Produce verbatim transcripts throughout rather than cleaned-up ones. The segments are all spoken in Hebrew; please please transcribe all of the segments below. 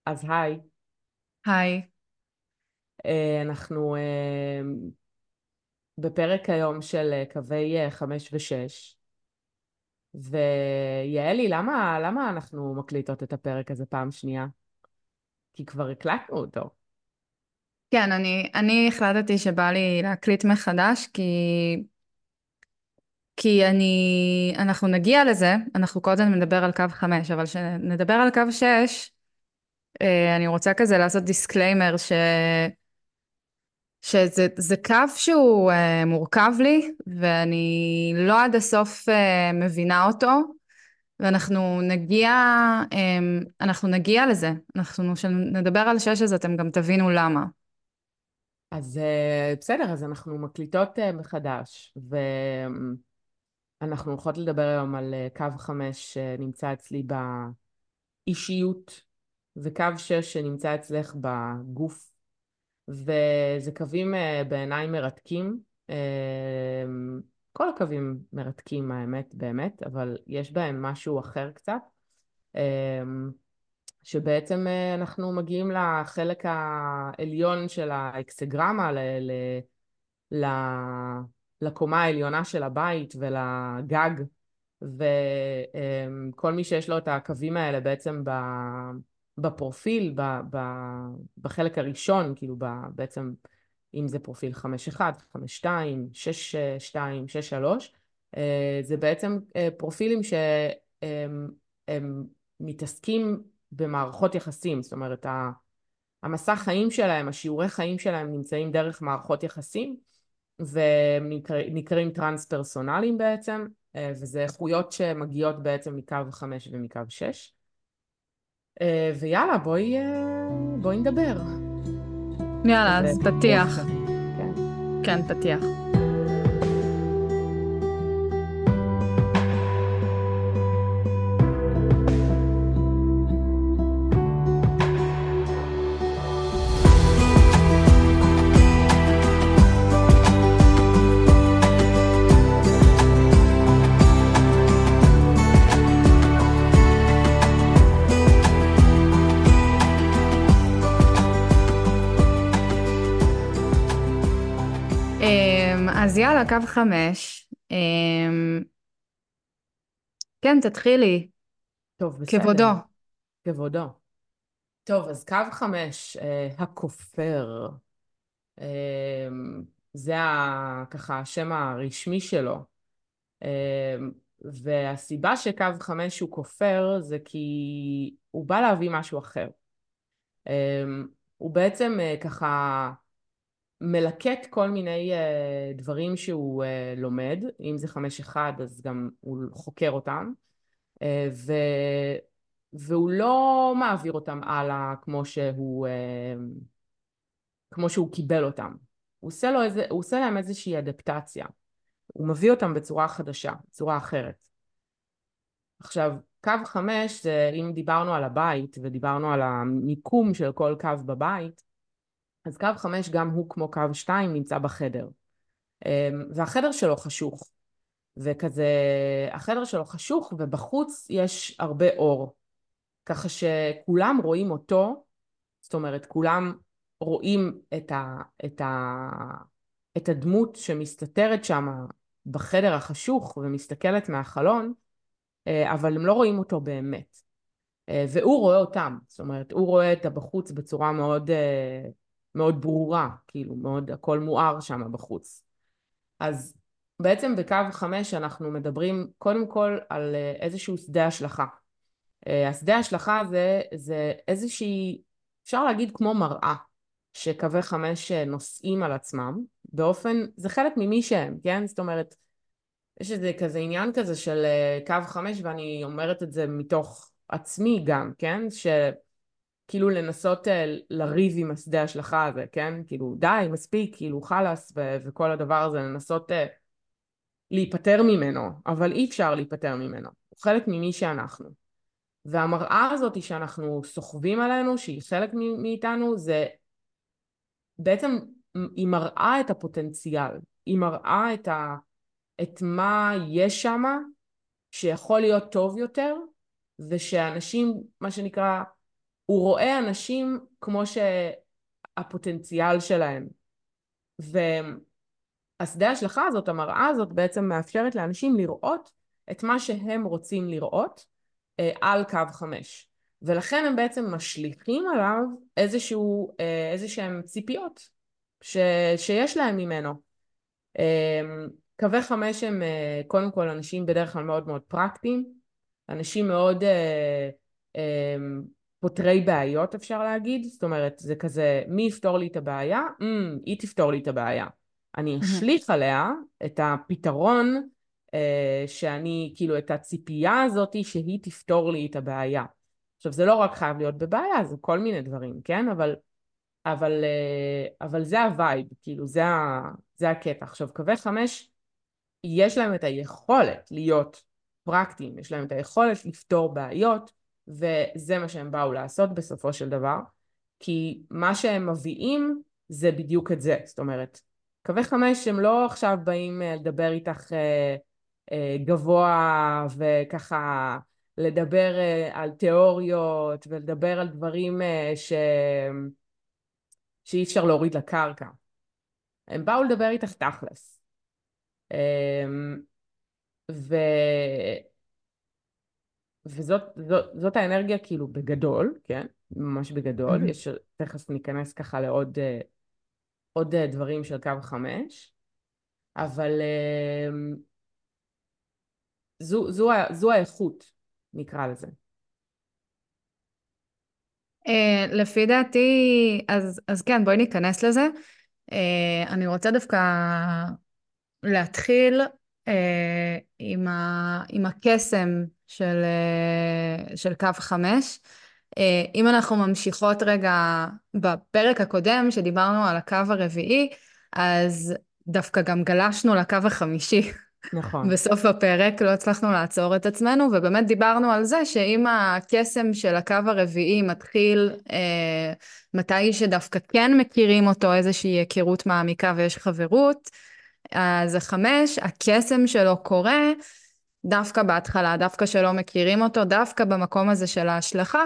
אז היי, היי. אה, אנחנו אה, בפרק היום של אה, קווי אה, חמש ושש, ויעלי, למה, למה אנחנו מקליטות את הפרק הזה פעם שנייה? כי כבר הקלטנו אותו. כן, אני, אני החלטתי שבא לי להקליט מחדש, כי, כי אני, אנחנו נגיע לזה, אנחנו קודם נדבר על קו חמש, אבל כשנדבר על קו שש, אה, אני רוצה כזה לעשות דיסקליימר, ש, שזה זה קו שהוא אה, מורכב לי, ואני לא עד הסוף אה, מבינה אותו, ואנחנו נגיע, אה, אנחנו נגיע לזה, אנחנו, כשנדבר על שש, אז אתם גם תבינו למה. אז אה, בסדר, אז אנחנו מקליטות אה, מחדש, ואנחנו הולכות לדבר היום על אה, קו חמש שנמצא אצלי באישיות, וקו שש שנמצא אצלך בגוף. וזה קווים אה, בעיניי מרתקים. אה, כל הקווים מרתקים האמת באמת, אבל יש בהם משהו אחר קצת, אה, שבעצם אה, אנחנו מגיעים לחלק העליון של האקסגרמה, ל- ל- ל- לקומה העליונה של הבית ולגג, וכל מי שיש לו את הקווים האלה בעצם ב- בפרופיל, ב- ב- בחלק הראשון, כאילו ב- בעצם אם זה פרופיל חמש אחת, חמש שתיים, שש שתיים, שש שלוש, אה, זה בעצם אה, פרופילים שהם הם מתעסקים במערכות יחסים, זאת אומרת ה- המסע חיים שלהם, השיעורי חיים שלהם נמצאים דרך מערכות יחסים, והם נקרא, נקראים טרנס פרסונליים בעצם, אה, וזה איכויות שמגיעות בעצם מקו חמש ומקו שש. אה, ויאללה, בואי, אה, בואי נדבר. יאללה, אז אה, אז פתיח פתיח. כזה, כן. כן, פתיח. אמ, אז יאללה, קו חמש. אמ, כן, תתחילי. טוב, כבודו. בסדר, כבודו. טוב, אז קו חמש, אה, הכופר, אה, זה ה, ככה השם הרשמי שלו. אה, והסיבה שקו חמש הוא כופר זה כי הוא בא להביא משהו אחר. אה, הוא בעצם אה, ככה מלקט כל מיני אה, דברים שהוא אה, לומד, אם זה חמש אחד אז גם הוא חוקר אותם, אה, ו... והוא לא מעביר אותם הלאה כמו שהוא, אה, כמו שהוא קיבל אותם. הוא עושה, לו איזה, הוא עושה להם איזושהי אדפטציה. הוא מביא אותם בצורה חדשה, בצורה אחרת. עכשיו, קו חמש זה אם דיברנו על הבית ודיברנו על המיקום של כל קו בבית, אז קו חמש גם הוא כמו קו שתיים נמצא בחדר. אמ, והחדר שלו חשוך. וכזה, החדר שלו חשוך ובחוץ יש הרבה אור. ככה שכולם רואים אותו, זאת אומרת, כולם רואים את ה, את ה, את הדמות שמסתתרת שם בחדר החשוך ומסתכלת מהחלון, אה, אבל הם לא רואים אותו באמת. אה, והוא רואה אותם, זאת אומרת, הוא רואה את הבחוץ בצורה מאוד, אה, מאוד ברורה, כאילו, מאוד, הכל מואר שם בחוץ. אז בעצם בקו חמש אנחנו מדברים קודם כל על אה, איזשהו שדה השלכה. אה, השדה השלכה זה, זה איזושהי, אפשר להגיד כמו מראה, שקווי חמש אה, נושאים על עצמם, באופן, זה חלק ממי שהם, כן? זאת אומרת, יש איזה כזה עניין כזה של אה, קו חמש, ואני אומרת את זה מתוך עצמי גם, כן? שכאילו לנסות אה, לריב עם השדה השלכה הזה, כן? כאילו די, מספיק, כאילו חלאס ו- וכל הדבר הזה, לנסות אה, להיפטר ממנו, אבל אי אפשר להיפטר ממנו, הוא חלק ממי שאנחנו. והמראה הזאת שאנחנו סוחבים עלינו, שהיא חלק מאיתנו, זה בעצם, היא מראה את הפוטנציאל, היא מראה את, ה, את מה יש שם שיכול להיות טוב יותר, ושאנשים, מה שנקרא, הוא רואה אנשים כמו שהפוטנציאל שלהם. והשדה ההשלכה הזאת, המראה הזאת, בעצם מאפשרת לאנשים לראות את מה שהם רוצים לראות אה, על קו חמש. ולכן הם בעצם משליכים עליו איזשהו, אה, איזשהם ציפיות ש, שיש להם ממנו. אה, קווי חמש הם אה, קודם כל אנשים בדרך כלל מאוד מאוד פרקטיים, אנשים מאוד אה, אה, פותרי בעיות אפשר להגיד, זאת אומרת זה כזה מי יפתור לי את הבעיה? Mm, היא תפתור לי את הבעיה. אני מהמם. אשליך עליה את הפתרון אה, שאני, כאילו את הציפייה הזאת שהיא תפתור לי את הבעיה. עכשיו זה לא רק חייב להיות בבעיה, זה כל מיני דברים, כן? אבל, אבל, אה, אבל זה הווייב, כאילו זה, ה, זה הקטע. עכשיו קווי חמש יש להם את היכולת להיות פרקטיים, יש להם את היכולת לפתור בעיות, וזה מה שהם באו לעשות בסופו של דבר, כי מה שהם מביאים זה בדיוק את זה, זאת אומרת, קווי חמש הם לא עכשיו באים אה, לדבר איתך אה, אה, גבוה וככה לדבר אה, על תיאוריות ולדבר על דברים אה, ש... שאי אפשר להוריד לקרקע. הם באו לדבר איתך תכלס. אמ, ו... וזאת זאת, זאת האנרגיה כאילו בגדול, כן? ממש בגדול. מהמם. יש, תכף ניכנס ככה לעוד אה, עוד אה, דברים של קו חמש, אבל אה, זו, זו, ה- זו האיכות, נקרא לזה. אה, לפי דעתי, אז, אז כן, בואי ניכנס לזה. אה, אני רוצה דווקא להתחיל אה, עם ה, עם הקסם של, אה, של קו חמש. אה, אם אנחנו ממשיכות רגע בפרק הקודם שדיברנו על הקו הרביעי, אז דווקא גם גלשנו לקו החמישי. נכון. בסוף הפרק לא הצלחנו לעצור את עצמנו, ובאמת דיברנו על זה שאם הקסם של הקו הרביעי מתחיל אה, מתי שדווקא כן מכירים אותו, איזושהי היכרות מעמיקה ויש חברות, אז החמש, הקסם שלו קורה דווקא בהתחלה, דווקא שלא מכירים אותו, דווקא במקום הזה של ההשלכה,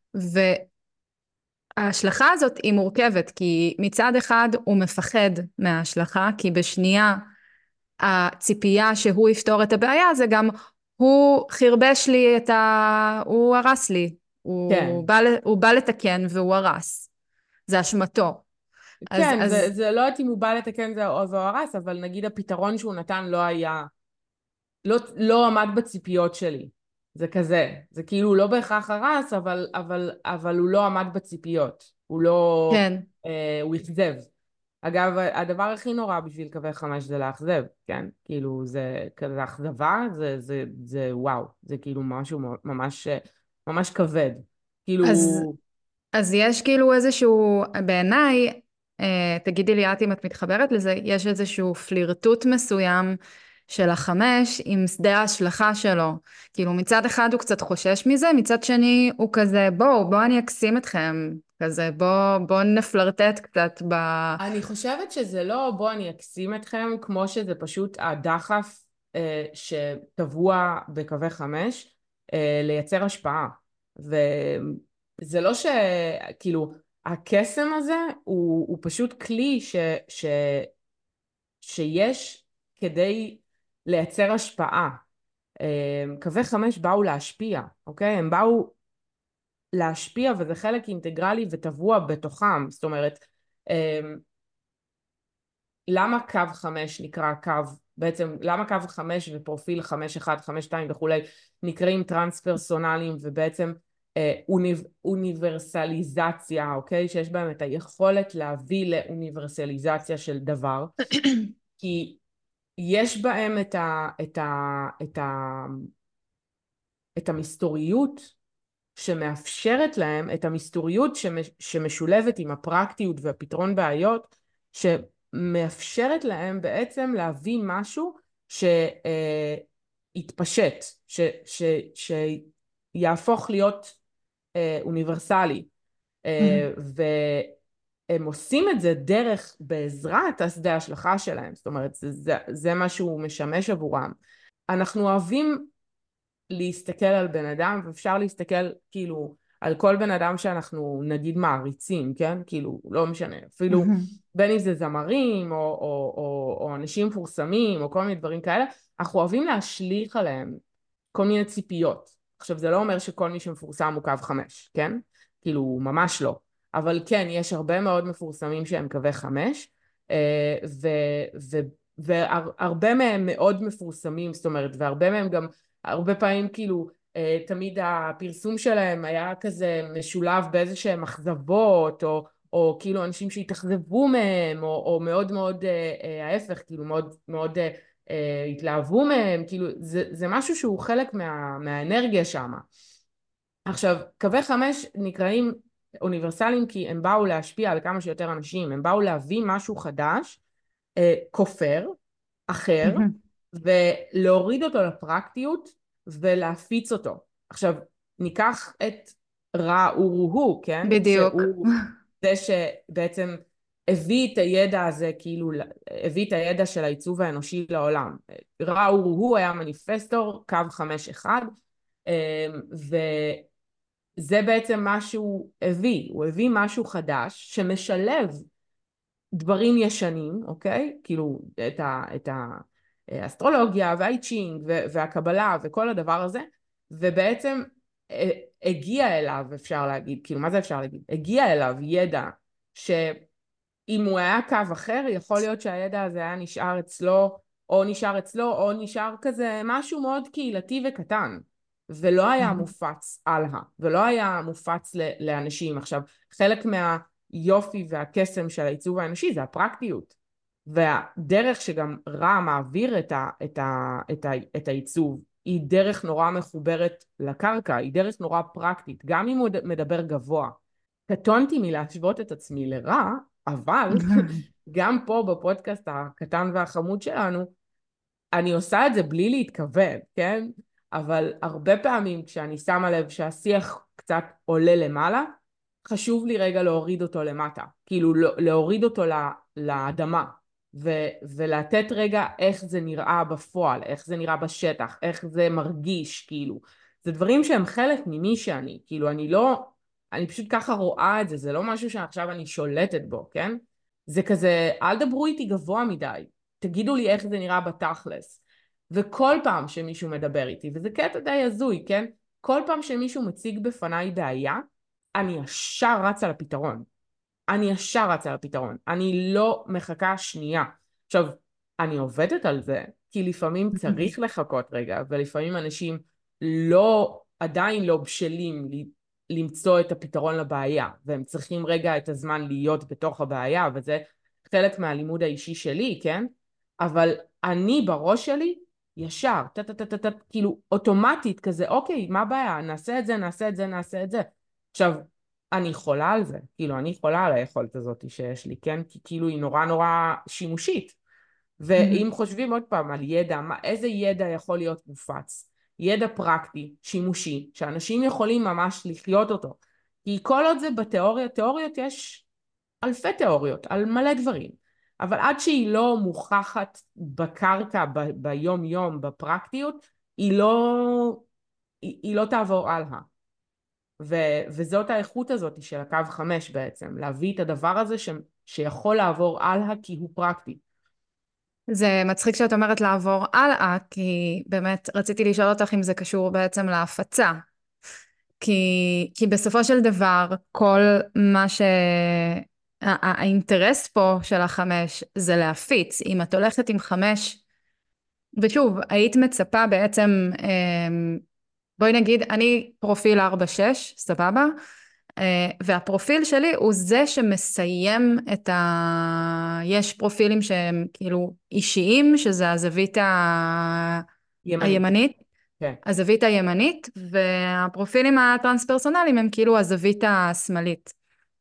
וההשלכה הזאת היא מורכבת, כי מצד אחד הוא מפחד מההשלכה, כי בשנייה הציפייה שהוא יפתור את הבעיה זה גם הוא חרבש לי את ה... הוא הרס לי, הוא כן. בא, הוא בא לתקן והוא הרס, זה אשמתו. אז, כן, זה, אז זה לא יודעת אם הוא בא לתקן זה או זו הרס, אבל נגיד הפתרון שהוא נתן לא היה, לא, לא עמד בציפיות שלי. זה כזה, זה כאילו לא בהכרח הרס, אבל, אבל, אבל הוא לא עמד בציפיות. הוא לא, כן, אה, הוא אכזב. אגב, הדבר הכי נורא בשביל קווי חמש זה לאכזב, כן? כאילו, זה כזה אכזבה, זה, זה, זה וואו, זה כאילו משהו ממש, ממש כבד. אז כאילו, אז יש כאילו איזשהו, בעיניי, אה, תגידי לי את אם את מתחברת לזה, יש איזשהו פלירטוט מסוים של החמש עם שדה ההשלכה שלו. כאילו מצד אחד הוא קצת חושש מזה, מצד שני הוא כזה בואו, בואו אני אקסים אתכם, כזה בואו בוא נפלרטט קצת ב... אני חושבת שזה לא בוא אני אקסים אתכם, כמו שזה פשוט הדחף אה, שטבוע בקווי חמש, אה, לייצר השפעה. וזה לא ש... כאילו, הקסם הזה הוא, הוא פשוט כלי ש, ש, שיש כדי לייצר השפעה. אה, קווי חמש באו להשפיע, אוקיי? הם באו להשפיע וזה חלק אינטגרלי וטבוע בתוכם. זאת אומרת, אה, למה קו חמש נקרא קו, בעצם למה קו חמש ופרופיל חמש אחת, חמש שתיים וכולי נקראים טרנס פרסונליים ובעצם אה, אוניב, אוניברסליזציה, אוקיי? שיש בהם את היכולת להביא לאוניברסליזציה של דבר, כי יש בהם את ה, את ה, את ה, את המסתוריות שמאפשרת להם, את המסתוריות שמשולבת עם הפרקטיות והפתרון בעיות, שמאפשרת להם בעצם להביא משהו שיתפשט, ש, ש, שיהפוך להיות אה, אוניברסלי. אה, והם עושים את זה דרך, בעזרת השדה ההשלכה שלהם, זאת אומרת, זה, זה, זה מה שהוא משמש עבורם. אנחנו אוהבים להסתכל על בן אדם, ואפשר להסתכל כאילו על כל בן אדם שאנחנו נגיד מעריצים, כן? כאילו, לא משנה, אפילו בין אם זה זמרים או, או, או, או אנשים מפורסמים או כל מיני דברים כאלה, אנחנו אוהבים להשליך עליהם כל מיני ציפיות. עכשיו, זה לא אומר שכל מי שמפורסם הוא קו חמש, כן? כאילו, ממש לא. אבל כן, יש הרבה מאוד מפורסמים שהם קווי חמש, ו... ו והרבה מהם מאוד מפורסמים, זאת אומרת, והרבה מהם גם, הרבה פעמים כאילו, תמיד הפרסום שלהם היה כזה משולב באיזה שהם אכזבות, או, או כאילו אנשים שהתאכזבו מהם, או, או מאוד מאוד ההפך, כאילו מאוד מאוד התלהבו מהם, כאילו זה, זה משהו שהוא חלק מה, מהאנרגיה שם. עכשיו, קווי חמש נקראים אוניברסליים כי הם באו להשפיע על כמה שיותר אנשים, הם באו להביא משהו חדש, כופר, אחר, ולהוריד אותו לפרקטיות ולהפיץ אותו. עכשיו, ניקח את רע אורו, כן? בדיוק. שהוא זה שבעצם הביא את הידע הזה, כאילו, הביא את הידע של העיצוב האנושי לעולם. רע אורו היה מניפסטור, קו חמש אחד, וזה בעצם מה שהוא הביא. הוא הביא משהו חדש שמשלב דברים ישנים, אוקיי? כאילו, את ה, את האסטרולוגיה והאיצ'ינג והקבלה וכל הדבר הזה, ובעצם הגיע אליו, אפשר להגיד, כאילו, מה זה אפשר להגיד? הגיע אליו ידע שאם הוא היה קו אחר, יכול להיות שהידע הזה היה נשאר אצלו, או נשאר אצלו, או נשאר כזה משהו מאוד קהילתי וקטן, ולא היה מופץ הלאה, ולא היה מופץ לאנשים. עכשיו, חלק מה... יופי והקסם של העיצוב האנושי זה הפרקטיות, והדרך שגם רע מעביר את, ה, את, ה, את, ה, את העיצוב היא דרך נורא מחוברת לקרקע, היא דרך נורא פרקטית, גם אם הוא מדבר גבוה. קטונתי מלהשוות את עצמי לרע, אבל גם פה בפודקאסט הקטן והחמוד שלנו אני עושה את זה בלי להתכוון, כן? אבל הרבה פעמים כשאני שמה לב שהשיח קצת עולה למעלה, חשוב לי רגע להוריד אותו למטה, כאילו להוריד אותו לאדמה, ו- ולתת רגע איך זה נראה בפועל, איך זה נראה בשטח, איך זה מרגיש, כאילו. זה דברים שהם חלק ממי שאני, כאילו אני לא, אני פשוט ככה רואה את זה, זה לא משהו שעכשיו אני שולטת בו, כן? זה כזה, אל דברו איתי גבוה מדי, תגידו לי איך זה נראה בתכלס. וכל פעם שמישהו מדבר איתי, וזה קטע די הזוי, כן? כל פעם שמישהו מציג בפניי בעיה, אני ישר רצה לפתרון. אני ישר רצה לפתרון. אני לא מחכה שנייה. עכשיו, אני עובדת על זה, כי לפעמים צריך לחכות רגע, ולפעמים אנשים לא, עדיין לא בשלים למצוא את הפתרון לבעיה, והם צריכים רגע את הזמן להיות בתוך הבעיה, וזה חלק מהלימוד האישי שלי, כן? אבל אני בראש שלי ישר, טה-טה-טה-טה, כאילו אוטומטית כזה, אוקיי, מה הבעיה? נעשה את זה, נעשה את זה, נעשה את זה. עכשיו, אני חולה על זה, כאילו אני חולה על היכולת הזאת שיש לי, כן? כי כאילו היא נורא נורא שימושית. ואם חושבים עוד פעם על ידע, מה, איזה ידע יכול להיות מופץ? ידע פרקטי, שימושי, שאנשים יכולים ממש לחיות אותו. כי כל עוד זה בתיאוריה, תיאוריות יש אלפי תיאוריות, על מלא דברים. אבל עד שהיא לא מוכחת בקרקע, ב- ביום יום, בפרקטיות, היא לא, היא, היא לא תעבור הלאה. ו- וזאת האיכות הזאת של הקו חמש בעצם, להביא את הדבר הזה ש- שיכול לעבור הלאה כי הוא פרקטי. זה מצחיק שאת אומרת לעבור הלאה, כי באמת רציתי לשאול אותך אם זה קשור בעצם להפצה. כי, כי בסופו של דבר, כל מה ש... הא- האינטרס פה של החמש זה להפיץ. אם את הולכת עם חמש, ושוב, היית מצפה בעצם, אמ, בואי נגיד, אני פרופיל ארבע שש, סבבה? אה, והפרופיל שלי הוא זה שמסיים את ה... יש פרופילים שהם כאילו אישיים, שזה הזווית ה... ימנית. הימנית, כן. הזווית הימנית, והפרופילים הטרנס-פרסונליים הם כאילו הזווית השמאלית.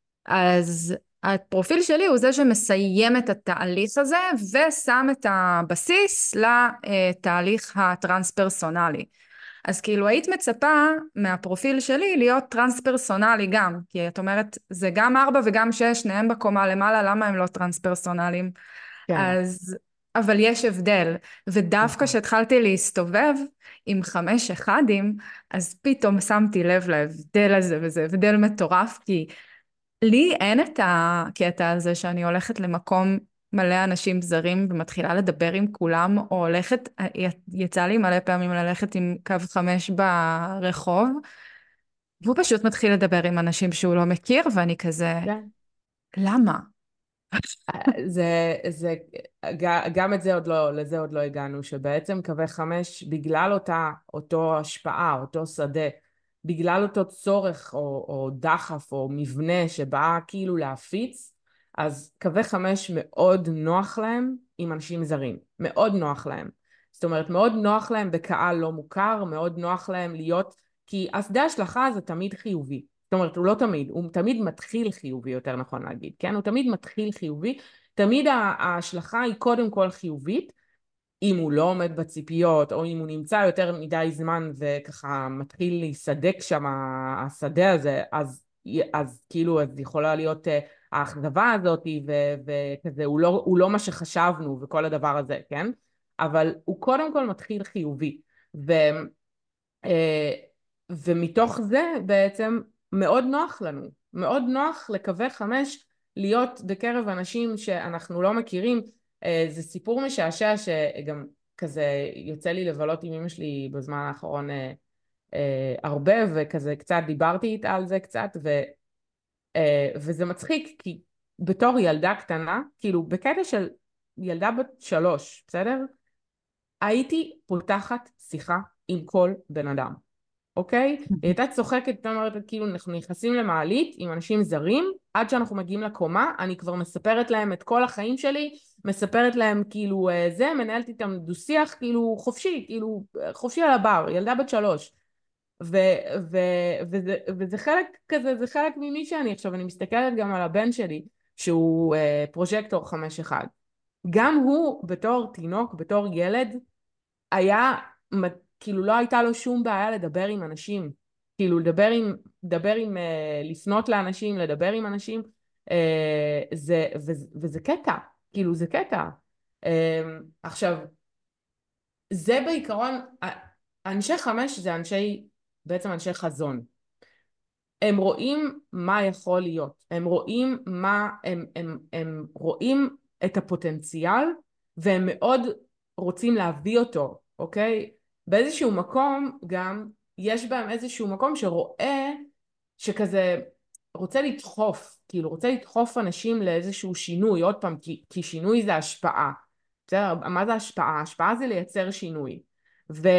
אז הפרופיל שלי הוא זה שמסיים את התהליך הזה, ושם את הבסיס לתהליך הטרנס-פרסונלי. אז כאילו היית מצפה מהפרופיל שלי להיות טרנס-פרסונלי גם, כי את אומרת, זה גם ארבע וגם שש, שניהם בקומה למעלה, למה הם לא טרנס-פרסונליים? כן. אז אבל יש הבדל, ודווקא נכון. כשהתחלתי להסתובב עם חמש אחדים, אז פתאום שמתי לב להבדל הזה, וזה הבדל מטורף, כי לי אין את הקטע הזה שאני הולכת למקום מלא אנשים זרים ומתחילה לדבר עם כולם, או הולכת, יצא לי מלא פעמים ללכת עם קו חמש ברחוב, והוא פשוט מתחיל לדבר עם אנשים שהוא לא מכיר, ואני כזה, כן. למה? זה, זה, ג- גם את זה עוד לא, לזה עוד לא הגענו, שבעצם קווי חמש, בגלל אותה, אותו השפעה, אותו שדה, בגלל אותו צורך או, או דחף או מבנה שבא כאילו להפיץ, אז קווי חמש מאוד נוח להם עם אנשים זרים, מאוד נוח להם. זאת אומרת, מאוד נוח להם בקהל לא מוכר, מאוד נוח להם להיות, כי השדה השלכה זה תמיד חיובי. זאת אומרת, הוא לא תמיד, הוא תמיד מתחיל חיובי, יותר נכון להגיד, כן? הוא תמיד מתחיל חיובי, תמיד ההשלכה היא קודם כל חיובית, אם הוא לא עומד בציפיות, או אם הוא נמצא יותר מדי זמן וככה מתחיל להיסדק שם השדה הזה, אז, אז כאילו, אז יכולה להיות אה, האכזבה הזאת, ו- וכזה, הוא לא, הוא לא מה שחשבנו, וכל הדבר הזה, כן? אבל הוא קודם כל מתחיל חיובי. ו... אה, ומתוך זה בעצם מאוד נוח לנו, מאוד נוח לקווי חמש להיות בקרב אנשים שאנחנו לא מכירים. אה, זה סיפור משעשע שגם כזה יוצא לי לבלות עם אמא שלי בזמן האחרון אה, אה, הרבה, וכזה קצת דיברתי איתה על זה קצת, ו, אה, וזה מצחיק כי בתור ילדה קטנה, כאילו בקטע של ילדה בת שלוש, בסדר? הייתי פותחת שיחה עם כל בן אדם. אוקיי? היא הייתה צוחקת, הייתה אומרת, כאילו אנחנו נכנסים למעלית עם אנשים זרים, עד שאנחנו מגיעים לקומה, אני כבר מספרת להם את כל החיים שלי, מספרת להם כאילו אה, זה, מנהלת איתם דו שיח, כאילו חופשי, כאילו חופשי על הבר, ילדה בת שלוש. ו, ו, וזה, וזה חלק כזה, זה חלק ממי שאני עכשיו, אני מסתכלת גם על הבן שלי, שהוא אה, פרוז'קטור חמש אחד. גם הוא בתור תינוק, בתור ילד, היה, כאילו לא הייתה לו שום בעיה לדבר עם אנשים, כאילו לדבר עם, לדבר עם, אה, לפנות לאנשים, לדבר עם אנשים, אה, זה, וזה, וזה קטע, כאילו זה קטע. אה, עכשיו, זה בעיקרון, אנשי חמש זה אנשי, בעצם אנשי חזון. הם רואים מה יכול להיות, הם רואים מה, הם, הם, הם רואים את הפוטנציאל, והם מאוד רוצים להביא אותו, אוקיי? באיזשהו מקום גם, יש בהם איזשהו מקום שרואה, שכזה רוצה לדחוף, כאילו רוצה לדחוף אנשים לאיזשהו שינוי, עוד פעם, כי, כי שינוי זה השפעה, בסדר? מה זה השפעה? השפעה זה לייצר שינוי, ו,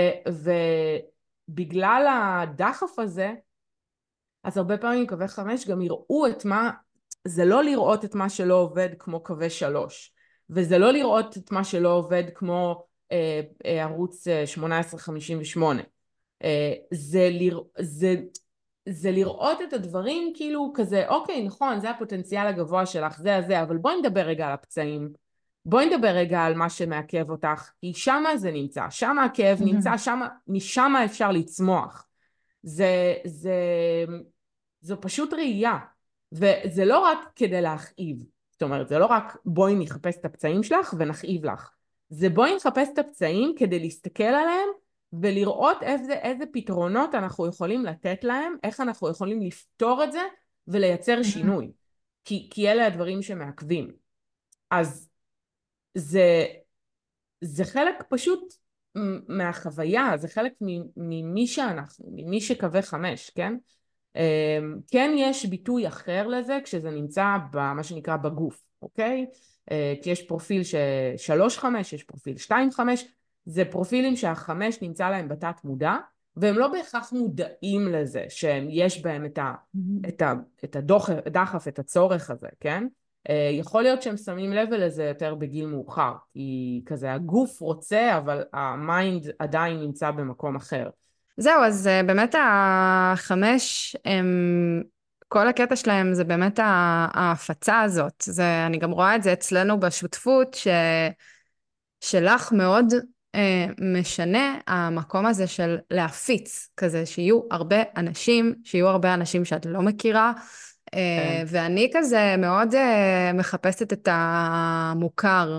ובגלל הדחף הזה, אז הרבה פעמים קווי חמש גם יראו את מה, זה לא לראות את מה שלא עובד כמו קווי שלוש, וזה לא לראות את מה שלא עובד כמו אה, אה, ערוץ אה, שמונה עשרה חמישים ושמונה. אה, זה, לרא, זה, זה לראות את הדברים כאילו כזה, אוקיי, נכון, זה הפוטנציאל הגבוה שלך, זה הזה, אבל בואי נדבר רגע על הפצעים, בואי נדבר רגע על מה שמעכב אותך, כי שמה זה נמצא, שמה הכאב נמצא, שמה, משמה אפשר לצמוח. זה, זה, זו פשוט ראייה, וזה לא רק כדי להכאיב, זאת אומרת, זה לא רק בואי נחפש את הפצעים שלך ונכאיב לך, זה בואי נחפש את הפצעים כדי להסתכל עליהם, ולראות איזה, איזה פתרונות אנחנו יכולים לתת להם, איך אנחנו יכולים לפתור את זה, ולייצר שינוי, כי, כי אלה הדברים שמעכבים. אז זה, זה חלק פשוט מהחוויה, זה חלק ממי שאנחנו, ממי שקווי חמש, כן? כן יש ביטוי אחר לזה כשזה נמצא במה שנקרא בגוף, אוקיי? כי יש פרופיל שלוש חמש, יש פרופיל שתיים חמש, זה פרופילים שהחמש נמצא להם בתת מודע, והם לא בהכרח מודעים לזה, שיש בהם את, ה, את, ה, את הדחף, את הצורך הזה, כן? יכול להיות שהם שמים לב לזה יותר בגיל מאוחר, כי כזה הגוף רוצה, אבל המיינד עדיין נמצא במקום אחר. זהו, אז אה, באמת החמש, הם, כל הקטע שלהם זה באמת ה- ההפצה הזאת. זה, אני גם רואה את זה אצלנו בשותפות, ש, שלך מאוד אה, משנה המקום הזה של להפיץ, כזה שיהיו הרבה אנשים, שיהיו הרבה אנשים שאת לא מכירה, כן. אה, ואני כזה מאוד אה, מחפשת את המוכר,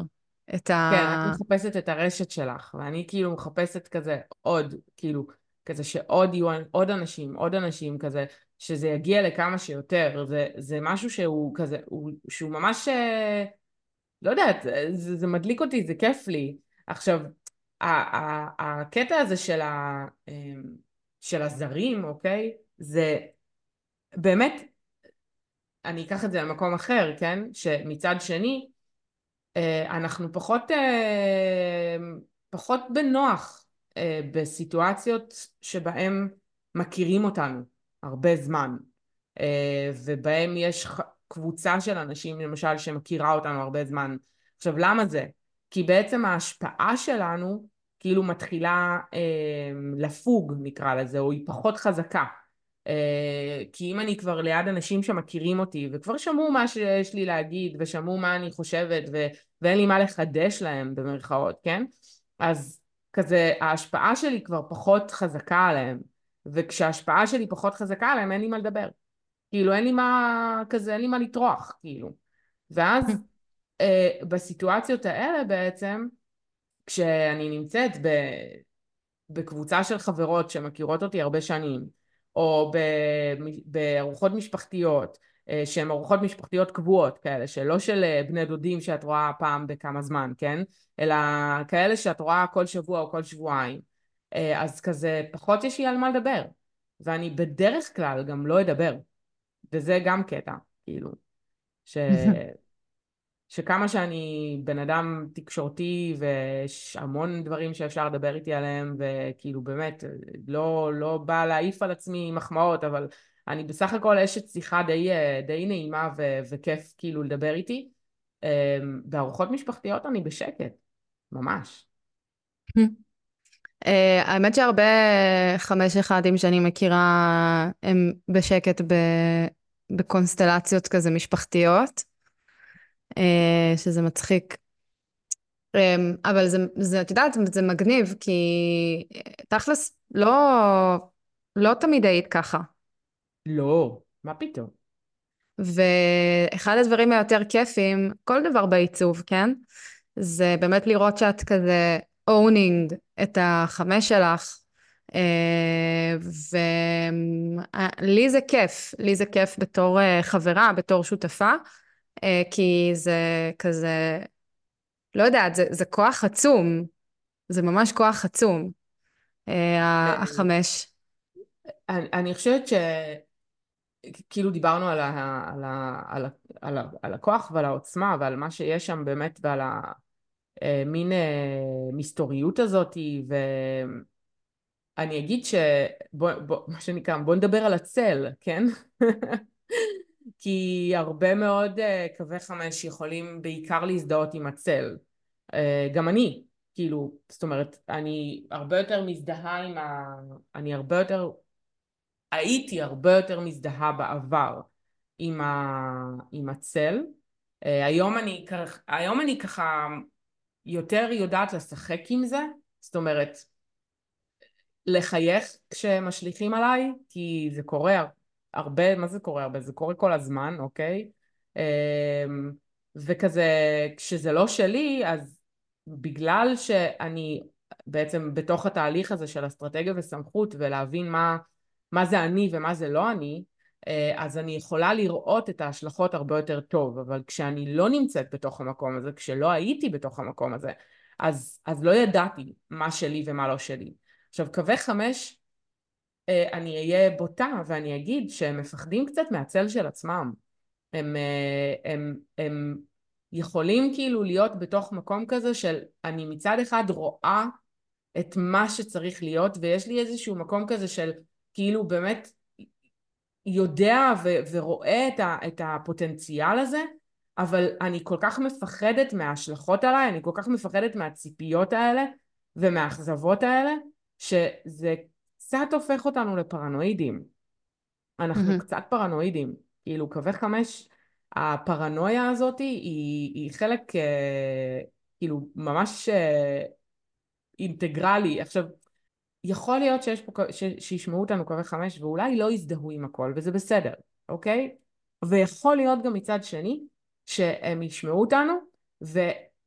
את כן, את ה... מחפשת את הרשת שלך, ואני כאילו מחפשת כזה עוד, כאילו, כזה שעוד יהיו עוד אנשים, עוד אנשים כזה, שזה יגיע לכמה שיותר. זה, זה משהו שהוא כזה, הוא, שהוא ממש, אה, לא יודעת, זה, זה מדליק אותי, זה כיף לי. עכשיו, ה- ה- הקטע הזה של ה, אמ, של הזרים, אוקיי? זה באמת, אני אקח את זה למקום אחר, כן? שמצד שני, אה, אנחנו פחות, אה, פחות בנוח אה, בסיטואציות שבהם מכירים אותנו הרבה זמן, אה, ובהם יש ח- קבוצה של אנשים למשל שמכירה אותנו הרבה זמן. עכשיו למה זה? כי בעצם ההשפעה שלנו כאילו מתחילה אה, לפוג, נקרא לזה, או היא פחות חזקה. אה, כי אם אני כבר ליד אנשים שמכירים אותי וכבר שמעו מה שיש לי להגיד ושמעו מה אני חושבת ו... ואין לי מה לחדש להם במרכאות, כן? אז כזה ההשפעה שלי כבר פחות חזקה עליהם, וכשההשפעה שלי פחות חזקה עליהם אין לי מה לדבר. כאילו אין לי מה כזה, אין לי מה לטרוח, כאילו. ואז אה, בסיטואציות האלה בעצם, כשאני נמצאת ב... בקבוצה של חברות שמכירות אותי הרבה שנים, או בארוחות משפחתיות, אה, שהן ארוחות משפחתיות קבועות כאלה, שלא של אה, בני דודים שאת רואה פעם בכמה זמן, כן? אלא כאלה שאת רואה כל שבוע או כל שבועיים. אה, אז כזה פחות יש לי על מה לדבר. ואני בדרך כלל גם לא אדבר. וזה גם קטע, כאילו, ש... שכמה שאני בן אדם תקשורתי ויש המון דברים שאפשר לדבר איתי עליהם, וכאילו באמת לא, לא בא להעיף על עצמי מחמאות, אבל אני בסך הכל אשת שיחה די, די נעימה ו- וכיף כאילו לדבר איתי. אמ, בארוחות משפחתיות אני בשקט, ממש. אה, האמת שהרבה חמש אחדים שאני מכירה הם בשקט ב... בקונסטלציות כזה משפחתיות, אה, שזה מצחיק. אמ, אבל זה, זה, את יודעת, זה מגניב, כי אה, תכלס, לא, לא תמיד היית ככה. לא, מה פתאום? ואחד הדברים היותר כיפים, כל דבר בעיצוב, כן? זה באמת לראות שאת כזה owning את החמש שלך. אה, ולי זה כיף, לי זה כיף בתור אה, חברה, בתור שותפה, אה, כי זה כזה, לא יודעת, זה, זה כוח עצום, זה ממש כוח עצום, אה, ה- אה, החמש. אני, אני חושבת ש... כאילו דיברנו על, ה, על, ה, על, ה, על, ה, על הכוח ועל העוצמה ועל מה שיש שם באמת ועל המין מסתוריות הזאת, ואני אגיד שבוא, בוא, מה שנקרא, בוא נדבר על הצל, כן? כי הרבה מאוד uh, קווי חמש יכולים בעיקר להזדהות עם הצל. Uh, גם אני, כאילו, זאת אומרת, אני הרבה יותר מזדהה עם ה... אני הרבה יותר הייתי הרבה יותר מזדהה בעבר עם, ה... עם הצל. אה, היום אני, כ- היום אני ככה יותר יודעת לשחק עם זה, זאת אומרת, לחייך כשמשליכים עליי, כי זה קורה הרבה, מה זה קורה הרבה? זה קורה כל הזמן, אוקיי? אמ, וכזה, כשזה לא שלי, אז בגלל שאני בעצם בתוך התהליך הזה של אסטרטגיה וסמכות, ולהבין מה, מה זה אני ומה זה לא אני, אה, אז אני יכולה לראות את ההשלכות הרבה יותר טוב. אבל כשאני לא נמצאת בתוך המקום הזה, כשלא הייתי בתוך המקום הזה, אז, אז לא ידעתי מה שלי ומה לא שלי. עכשיו, קווי חמש, אה, אני אהיה בוטה ואני אגיד שהם מפחדים קצת מהצל של עצמם. הם, אה, הם, הם יכולים כאילו להיות בתוך מקום כזה של אני מצד אחד רואה את מה שצריך להיות, ויש לי איזשהו מקום כזה של כאילו באמת יודע ו- ורואה את, ה- את הפוטנציאל הזה, אבל אני כל כך מפחדת מההשלכות עליי, אני כל כך מפחדת מהציפיות האלה ומהאכזבות האלה, שזה קצת הופך אותנו לפרנואידים. אנחנו מהמם. קצת פרנואידים. כאילו קווי חמש, הפרנויה הזאת היא, היא חלק אה, כאילו ממש אה, אינטגרלי. עכשיו, יכול להיות שיש פה, ש, שישמעו אותנו קווי חמש ואולי לא יזדהו עם הכל, וזה בסדר, אוקיי? ויכול להיות גם מצד שני שהם ישמעו אותנו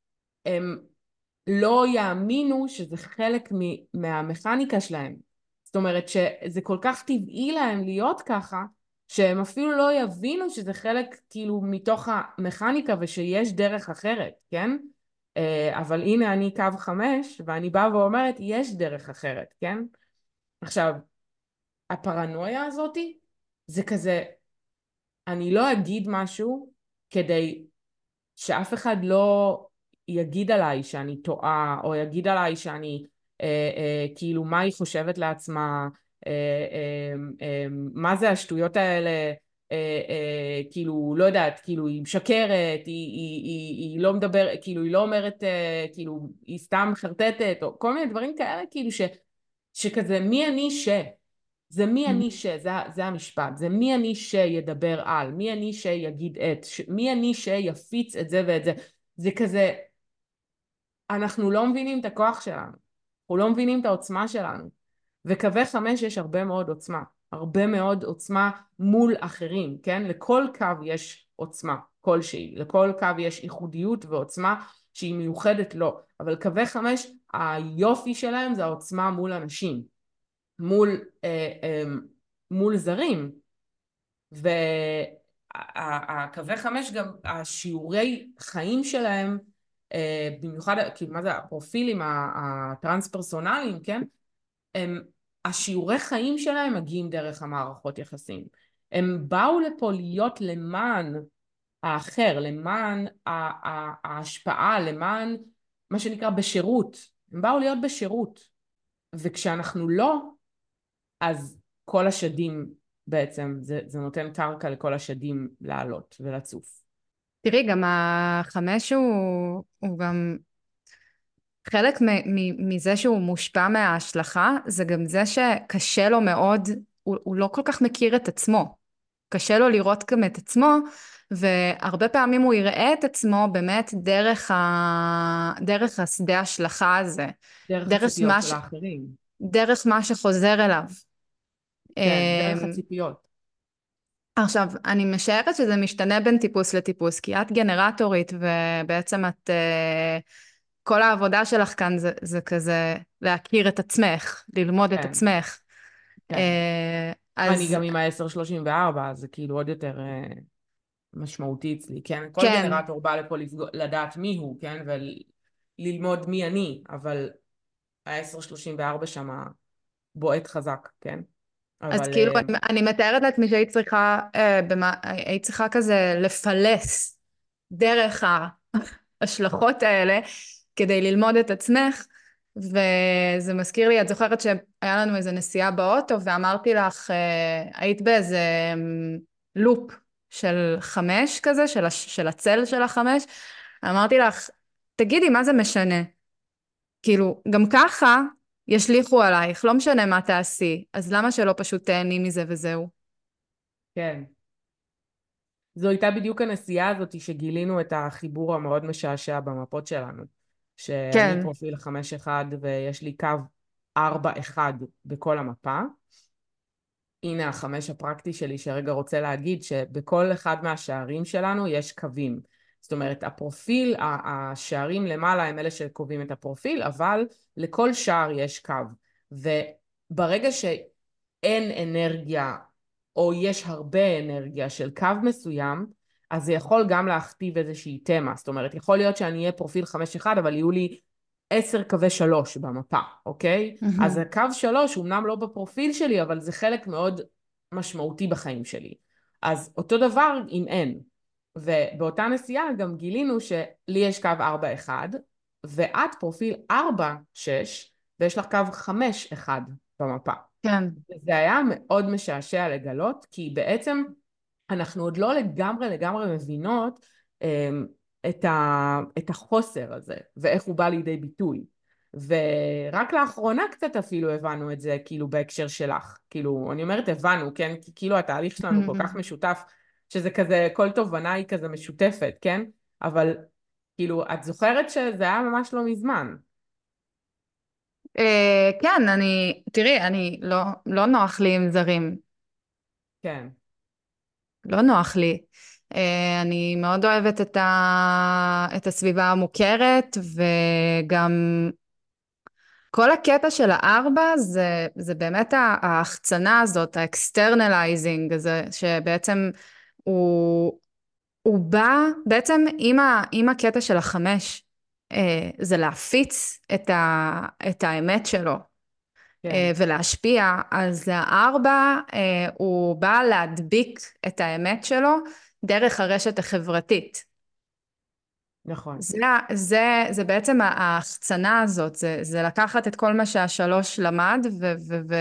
הם לא יאמינו שזה חלק מ- מהמכניקה שלהם. זאת אומרת שזה כל כך טבעי להם להיות ככה, שהם אפילו לא יבינו שזה חלק כאילו מתוך המכניקה ושיש דרך אחרת, כן? אה, אבל הנה אני קו חמש ואני באה ואומרת יש דרך אחרת, כן? עכשיו, הפרנויה הזאתי זה כזה, אני לא אגיד משהו כדי שאף אחד לא יגיד עליי שאני טועה, או יגיד עליי שאני, אה, אה, כאילו, מה היא חושבת לעצמה, אה, אה, אה, מה זה השטויות האלה, אה, אה, כאילו, לא יודעת, כאילו, היא משקרת, היא, היא, היא, היא לא מדברת, כאילו, היא לא אומרת, אה, כאילו, היא סתם חרטטת, או כל מיני דברים כאלה, כאילו, ש, שכזה, מי אני ש... זה מי אני ש... זה, זה המשפט. זה מי אני שידבר על, מי אני שיגיד את, ש, מי אני שיפיץ את זה ואת זה. זה כזה, אנחנו לא מבינים את הכוח שלנו. אנחנו לא מבינים את העוצמה שלנו. וקווי חמש יש הרבה מאוד עוצמה. הרבה מאוד עוצמה מול אחרים, כן? לכל קו יש עוצמה כלשהי. לכל קו יש ייחודיות ועוצמה שהיא מיוחדת לו. אבל קווי חמש, היופי שלהם זה העוצמה מול אנשים. מול, אה, אה, מול זרים. והקווי חמש גם, השיעורי חיים שלהם, אה, במיוחד, כאילו מה זה הפרופילים הטרנס-פרסונליים, כן? הם, השיעורי חיים שלהם מגיעים דרך המערכות יחסים. הם באו לפה להיות למען האחר, למען ההשפעה, למען מה שנקרא בשירות. הם באו להיות בשירות. וכשאנחנו לא, אז כל השדים בעצם, זה, זה נותן קרקע לכל השדים לעלות ולצוף. תראי, גם החמש הוא, הוא גם חלק מ- מ- מזה שהוא מושפע מההשלכה, זה גם זה שקשה לו מאוד, הוא, הוא לא כל כך מכיר את עצמו. קשה לו לראות גם את עצמו, והרבה פעמים הוא יראה את עצמו באמת דרך, ה... דרך השדה השלכה הזה, דרך דרך הציפיות מה, של ש... האחרים. דרך מה שחוזר אליו. כן, דרך אמ, הציפיות. עכשיו, אני משערת שזה משתנה בין טיפוס לטיפוס, כי את גנרטורית ובעצם את, אה, כל העבודה שלך כאן זה, זה כזה להכיר את עצמך, ללמוד את כן, עצמך. כן. אה, ואני אז גם עם ה-עשר שלושים וארבע, אז זה כאילו עוד יותר אה, משמעותי אצלי, כן? כל כן, גנרטור בא לפה לפגוע, לדעת מי הוא, כן? וללמוד מי אני, אבל ה-עשר שלושים וארבע שם בועט חזק, כן? אז אבל כאילו אה, אני, אני מתארת לעצמי שהיית צריכה, אה, במה, היית צריכה כזה לפלס דרך ההשלכות האלה כדי ללמוד את עצמך, וזה מזכיר לי, את זוכרת שהיה לנו איזה נסיעה באוטו ואמרתי לך, אה, היית באיזה אמ, לופ של חמש כזה, של, הש, של הצל של החמש, אמרתי לך, תגידי מה זה משנה? כאילו, גם ככה ישליכו עלייך, לא משנה מה תעשי, אז למה שלא פשוט תהני מזה וזהו? כן. זו הייתה בדיוק הנסיעה הזאת שגילינו את החיבור המאוד משעשע במפות שלנו. שאני כן. פרופיל חמש אחד ויש לי קו ארבע אחד בכל המפה. הנה החמש הפרקטי שלי שרגע רוצה להגיד שבכל אחד מהשערים שלנו יש קווים. זאת אומרת, הפרופיל, השערים למעלה הם אלה שקובעים את הפרופיל, אבל לכל שער יש קו. וברגע שאין אנרגיה או יש הרבה אנרגיה של קו מסוים, אז זה יכול גם להכתיב איזושהי תמה. זאת אומרת, יכול להיות שאני אהיה פרופיל חמש אחד, אבל יהיו לי עשר קווי שלוש במפה, אוקיי? אז מהמם. הקו שלוש הוא אמנם לא בפרופיל שלי, אבל זה חלק מאוד משמעותי בחיים שלי. אז אותו דבר אם אין. ובאותה נסיעה גם גילינו שלי יש קו ארבע אחד, ואת פרופיל ארבע שש, ויש לך קו חמש אחד במפה. כן. זה היה מאוד משעשע לגלות, כי בעצם אנחנו עוד לא לגמרי לגמרי מבינות אמ, את, ה, את החוסר הזה, ואיך הוא בא לידי ביטוי. ורק לאחרונה קצת אפילו הבנו את זה, כאילו בהקשר שלך. כאילו, אני אומרת הבנו, כן? כי כאילו התהליך שלנו כל כך מהמם. משותף, שזה כזה, כל תובנה היא כזה משותפת, כן? אבל כאילו, את זוכרת שזה היה ממש לא מזמן. אה, כן, אני, תראי, אני, לא, לא נוח לי עם זרים, כן, לא נוח לי. אה, אני מאוד אוהבת את ה... את הסביבה המוכרת, וגם כל הקטע של הארבע זה, זה באמת ה- ההחצנה הזאת, האקסטרנלייזינג הזה, שבעצם הוא, הוא בא בעצם עם, ה, עם הקטע של החמש, אה, זה להפיץ את, ה, את האמת שלו כן, אה, ולהשפיע. אז הארבע, אה, הוא בא להדביק את האמת שלו דרך הרשת החברתית. נכון. זה, זה, זה בעצם ההחצנה הזאת, זה, זה לקחת את כל מה שהשלוש למד ו, ו, ו,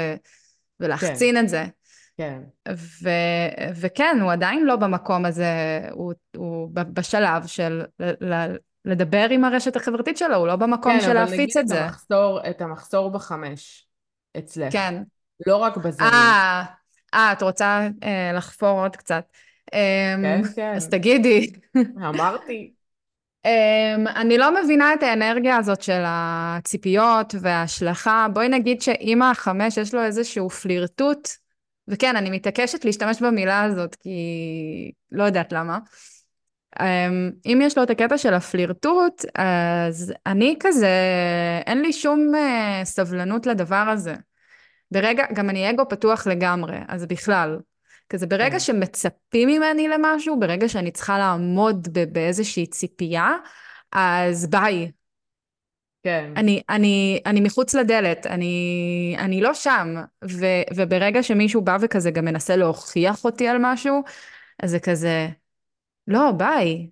כן, ולהחצין את זה. כן. ו, וכן, הוא עדיין לא במקום הזה, הוא, הוא ב- בשלב של ל, ל, לדבר עם הרשת החברתית שלו, הוא לא במקום כן, של אבל להפיץ נגיד את את זה. המחסור, את המחסור בחמש אצלך, כן. לא רק בזרים. אה, אה, את רוצה אה, לחפור עוד קצת. אה, כן, כן, אז תגידי. אמרתי. Um, אני לא מבינה את האנרגיה הזאת של הציפיות וההשלכה. בואי נגיד שאם החמש יש לו איזשהו פלירטוט, וכן, אני מתעקשת להשתמש במילה הזאת, כי לא יודעת למה. Um, אם יש לו את הקטע של הפלירטוט, אז אני כזה, אין לי שום uh, סבלנות לדבר הזה. ברגע, גם אני אגו פתוח לגמרי, אז בכלל. כזה ברגע כן, שמצפים ממני למשהו, ברגע שאני צריכה לעמוד ב- באיזושהי ציפייה, אז ביי. כן. אני, אני, אני מחוץ לדלת, אני, אני לא שם. ו, וברגע שמישהו בא וכזה גם מנסה להוכיח אותי על משהו, אז זה כזה, לא, ביי,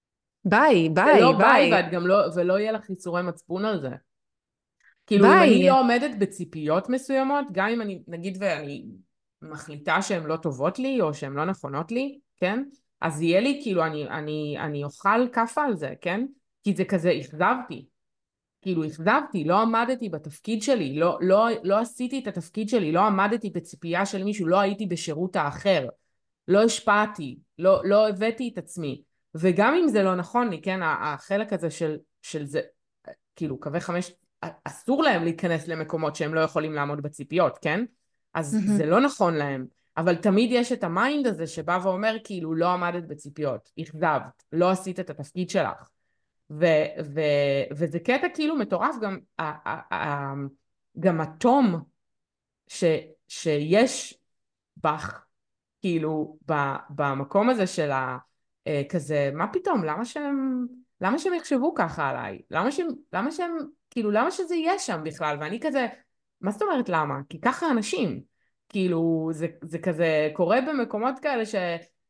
ביי, זה ביי, לא ביי, ביי, ואת גם לא, ולא יהיה לך ייסורי מצפון על זה. כאילו, אם אני ביי. לא עומדת בציפיות מסוימות, גם אם אני, נגיד, ואני מחליטה שהן לא טובות לי, או שהן לא נכונות לי, כן? אז יהיה לי, כאילו, אני, אני, אני אוכל כאפה על זה, כן? כי זה כזה, אכזבתי. כאילו אכזבתי, לא עמדתי בתפקיד שלי, לא, לא, לא עשיתי את התפקיד שלי, לא עמדתי בציפייה של מישהו, לא הייתי בשירות האחר, לא השפעתי, לא, לא הבאתי את עצמי. וגם אם זה לא נכון לי, כן, החלק הזה של, של זה, כאילו קווי חמש, אסור להם להיכנס למקומות שהם לא יכולים לעמוד בציפיות, כן? אז זה מהמם, לא נכון להם. אבל תמיד יש את המיינד הזה שבא ואומר כאילו לא עמדת בציפיות, אכזבת, לא עשית את התפקיד שלך. ו, ו, וזה קטע כאילו מטורף גם, ה, ה, ה, גם התום ש, שיש בך, כאילו ב, במקום הזה של ה, אה, כזה, מה פתאום, למה שהם, למה שהם יחשבו ככה עליי? למה שהם, למה שהם, כאילו, למה שזה יהיה שם בכלל? ואני כזה, מה זאת אומרת למה? כי ככה אנשים, כאילו, זה, זה כזה קורה במקומות כאלה ש...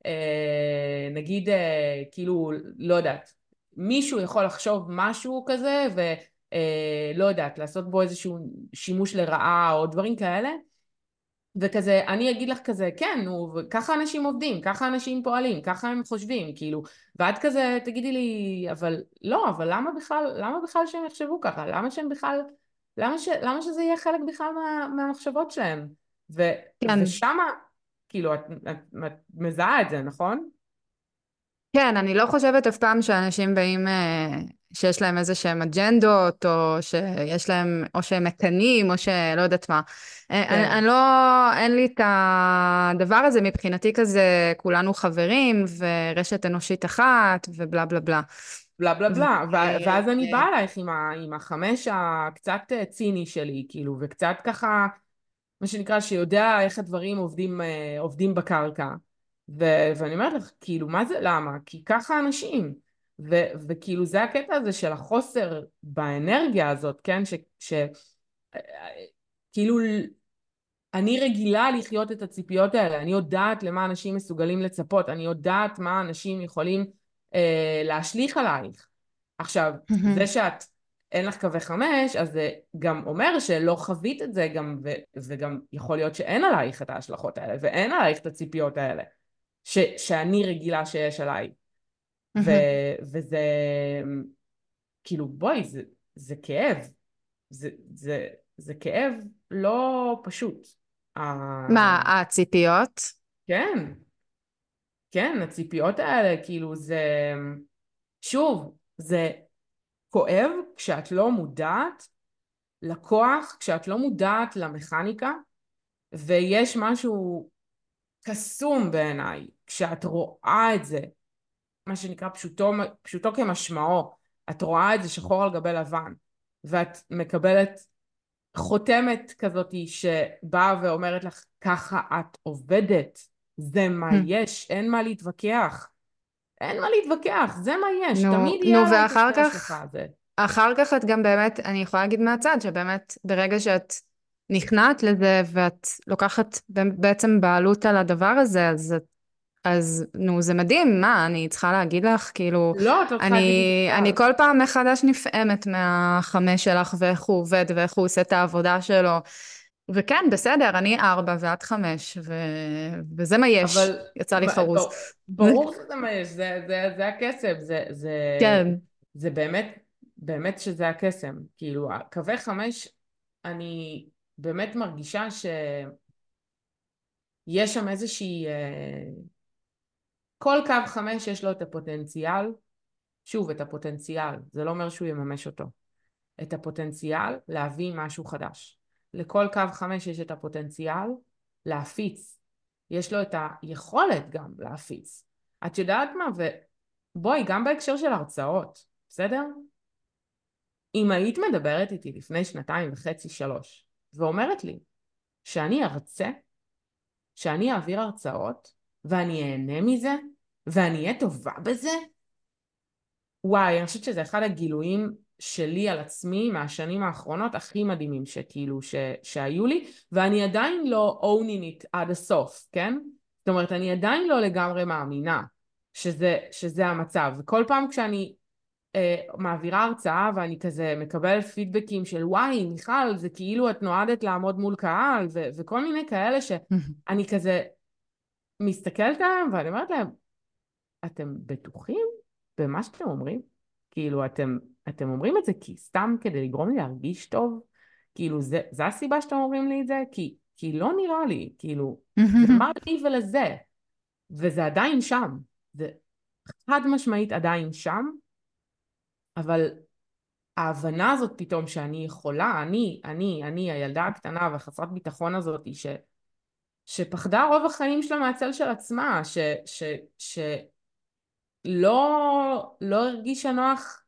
אה, נגיד, אה, כאילו, לא יודעת, מישהו יכול לחשוב משהו כזה ולא יודעת, לעשות בו איזשהו שימוש לרעה או דברים כאלה, וכזה, אני אגיד לך כזה, כן, נו, ככה אנשים עובדים, ככה אנשים פועלים, ככה הם חושבים, כאילו, ואת כזה תגידי לי, אבל לא, אבל למה בכלל, למה בכלל שהם יחשבו ככה? למה שהם בכלל, למה ש, למה שזה יהיה חלק בכלל מה, מהמחשבות שלהם? ו, כן. ושמה, כאילו, את, את, את מזהה את זה, נכון? כן, אני לא חושבת אף פעם שאנשים באים, אה, שיש להם איזה שהם אג'נדות, או שיש להם, או שהם מקנאים, או שלא יודעת מה. אה, אני, כן, אני לא, אין לי את הדבר הזה, מבחינתי כזה, כולנו חברים, ורשת אנושית אחת, ובלה בלה בלה. בלה בלה ו- בלה, ו- ואז אני אה, באה אלייך עם, ה, עם החמש הקצת אה, ציני שלי, כאילו, וקצת ככה, מה שנקרא, שיודע איך הדברים עובדים, אה, עובדים בקרקע. ו- ואני אומרת לך, כאילו, מה זה, למה? כי ככה אנשים. ו- וכאילו, זה הקטע הזה של החוסר באנרגיה הזאת, כן? ש... ש- אה, אה, כאילו, אני רגילה לחיות את הציפיות האלה, אני יודעת למה אנשים מסוגלים לצפות, אני יודעת מה אנשים יכולים אה, להשליך עלייך. עכשיו, זה שאת אין לך קווי חמש, אז זה גם אומר שלא חווית את זה, גם, ו, וגם יכול להיות שאין עלייך את ההשלכות האלה, ואין עלייך את הציפיות האלה, ש, שאני רגילה שיש עליי. ו, וזה, כאילו, בואי, זה, זה כאב. זה, זה, זה כאב לא פשוט. ה- מה, הציפיות? כן, כן, הציפיות האלה, כאילו זה, שוב, זה כואב כשאת לא מודעת לכוח, כשאת לא מודעת למכניקה, ויש משהו קסום בעיניי, כשאת רואה את זה, מה שנקרא פשוטו, פשוטו כמשמעו. את רואה את זה שחור על גבי לבן, ואת מקבלת חותמת כזאת שבאה ואומרת לך, ככה את עובדת, זה מה יש, אין מה להתווכח. אין מה להתווכח, זה מה יש, נו, תמיד יהיה נו, עליי את ואחר השם שלך כך, הזה. אחר כך את גם באמת, אני יכולה להגיד מהצד, שבאמת ברגע שאת נכנעת לזה ואת לוקחת בעצם בעלות על הדבר הזה, אז, אז נו, זה מדהים, מה, אני צריכה להגיד לך, כאילו, לא, את לא צריכה אני, להגיד לי אני בכלל. כל פעם מחדש נפעמת מהחמש שלך ואיך הוא עובד ואיך הוא עושה את העבודה שלו. וכן, בסדר, אני ארבע ואת חמש, ו... וזה מה יש, אבל יצא לי מה- חרוז. ב- ברור שזה מה יש, זה, זה, זה הקסם, זה, זה, כן. זה באמת, באמת שזה הקסם. כאילו, קווי חמש, אני באמת מרגישה שיש שם איזושהי... אה, כל קו חמש יש לו את הפוטנציאל, שוב, את הפוטנציאל, זה לא אומר שהוא יממש אותו. את הפוטנציאל להביא משהו חדש. לכל קו חמש יש את הפוטנציאל להפיץ. יש לו את היכולת גם להפיץ. את יודעת מה? ובואי, גם בהקשר של הרצאות, בסדר? אם היית מדברת איתי לפני שנתיים וחצי, שלוש, ואומרת לי שאני ארצה, שאני אעביר הרצאות, ואני אהנה מזה, ואני אהיה טובה בזה, וואי, אני חושבת שזה אחד הגילויים שלי על עצמי מהשנים האחרונות הכי מדהימים שכאילו ש, שהיו לי, ואני עדיין לא owning it עד הסוף, כן? זאת אומרת, אני עדיין לא לגמרי מאמינה שזה, שזה המצב. וכל פעם כשאני אה, מעבירה הרצאה ואני כזה מקבלת פידבקים של וואי, מיכל, זה כאילו את נועדת לעמוד מול קהל, ו, וכל מיני כאלה שאני כזה מסתכלת עליהם ואני אומרת להם, אתם בטוחים במה שאתם אומרים? כאילו, אתם, אתם אומרים את זה כי סתם כדי לגרום לי להרגיש טוב? כאילו, זה, זה הסיבה שאתם אומרים לי את זה? כי, כי לא נראה לי, כאילו, ומה לי ולזה? וזה עדיין שם. זה חד משמעית עדיין שם, אבל ההבנה הזאת פתאום שאני יכולה, אני, אני, אני, הילדה הקטנה והחסרת ביטחון הזאת, ש, שפחדה רוב החיים שלה מהצל של עצמה, ש, ש, ש, לא, לא הרגישה נוח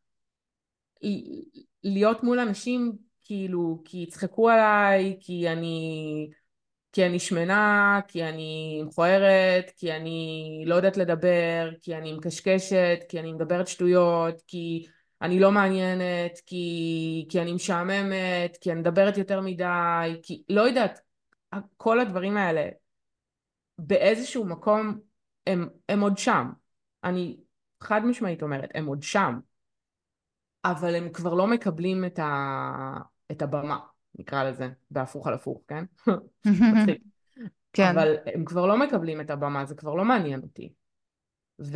להיות מול אנשים כאילו כי יצחקו עליי, כי אני, כי אני שמנה, כי אני מכוערת, כי אני לא יודעת לדבר, כי אני מקשקשת, כי אני מדברת שטויות, כי אני לא מעניינת, כי, כי אני משעממת, כי אני מדברת יותר מדי, כי לא יודעת, כל הדברים האלה באיזשהו מקום הם, הם עוד שם. אני חד משמעית אומרת, הם עוד שם, אבל הם כבר לא מקבלים את, ה... את הבמה, נקרא לזה, בהפוך על הפוך, כן? מצחיק. כן. אבל הם כבר לא מקבלים את הבמה, זה כבר לא מעניין אותי. ו...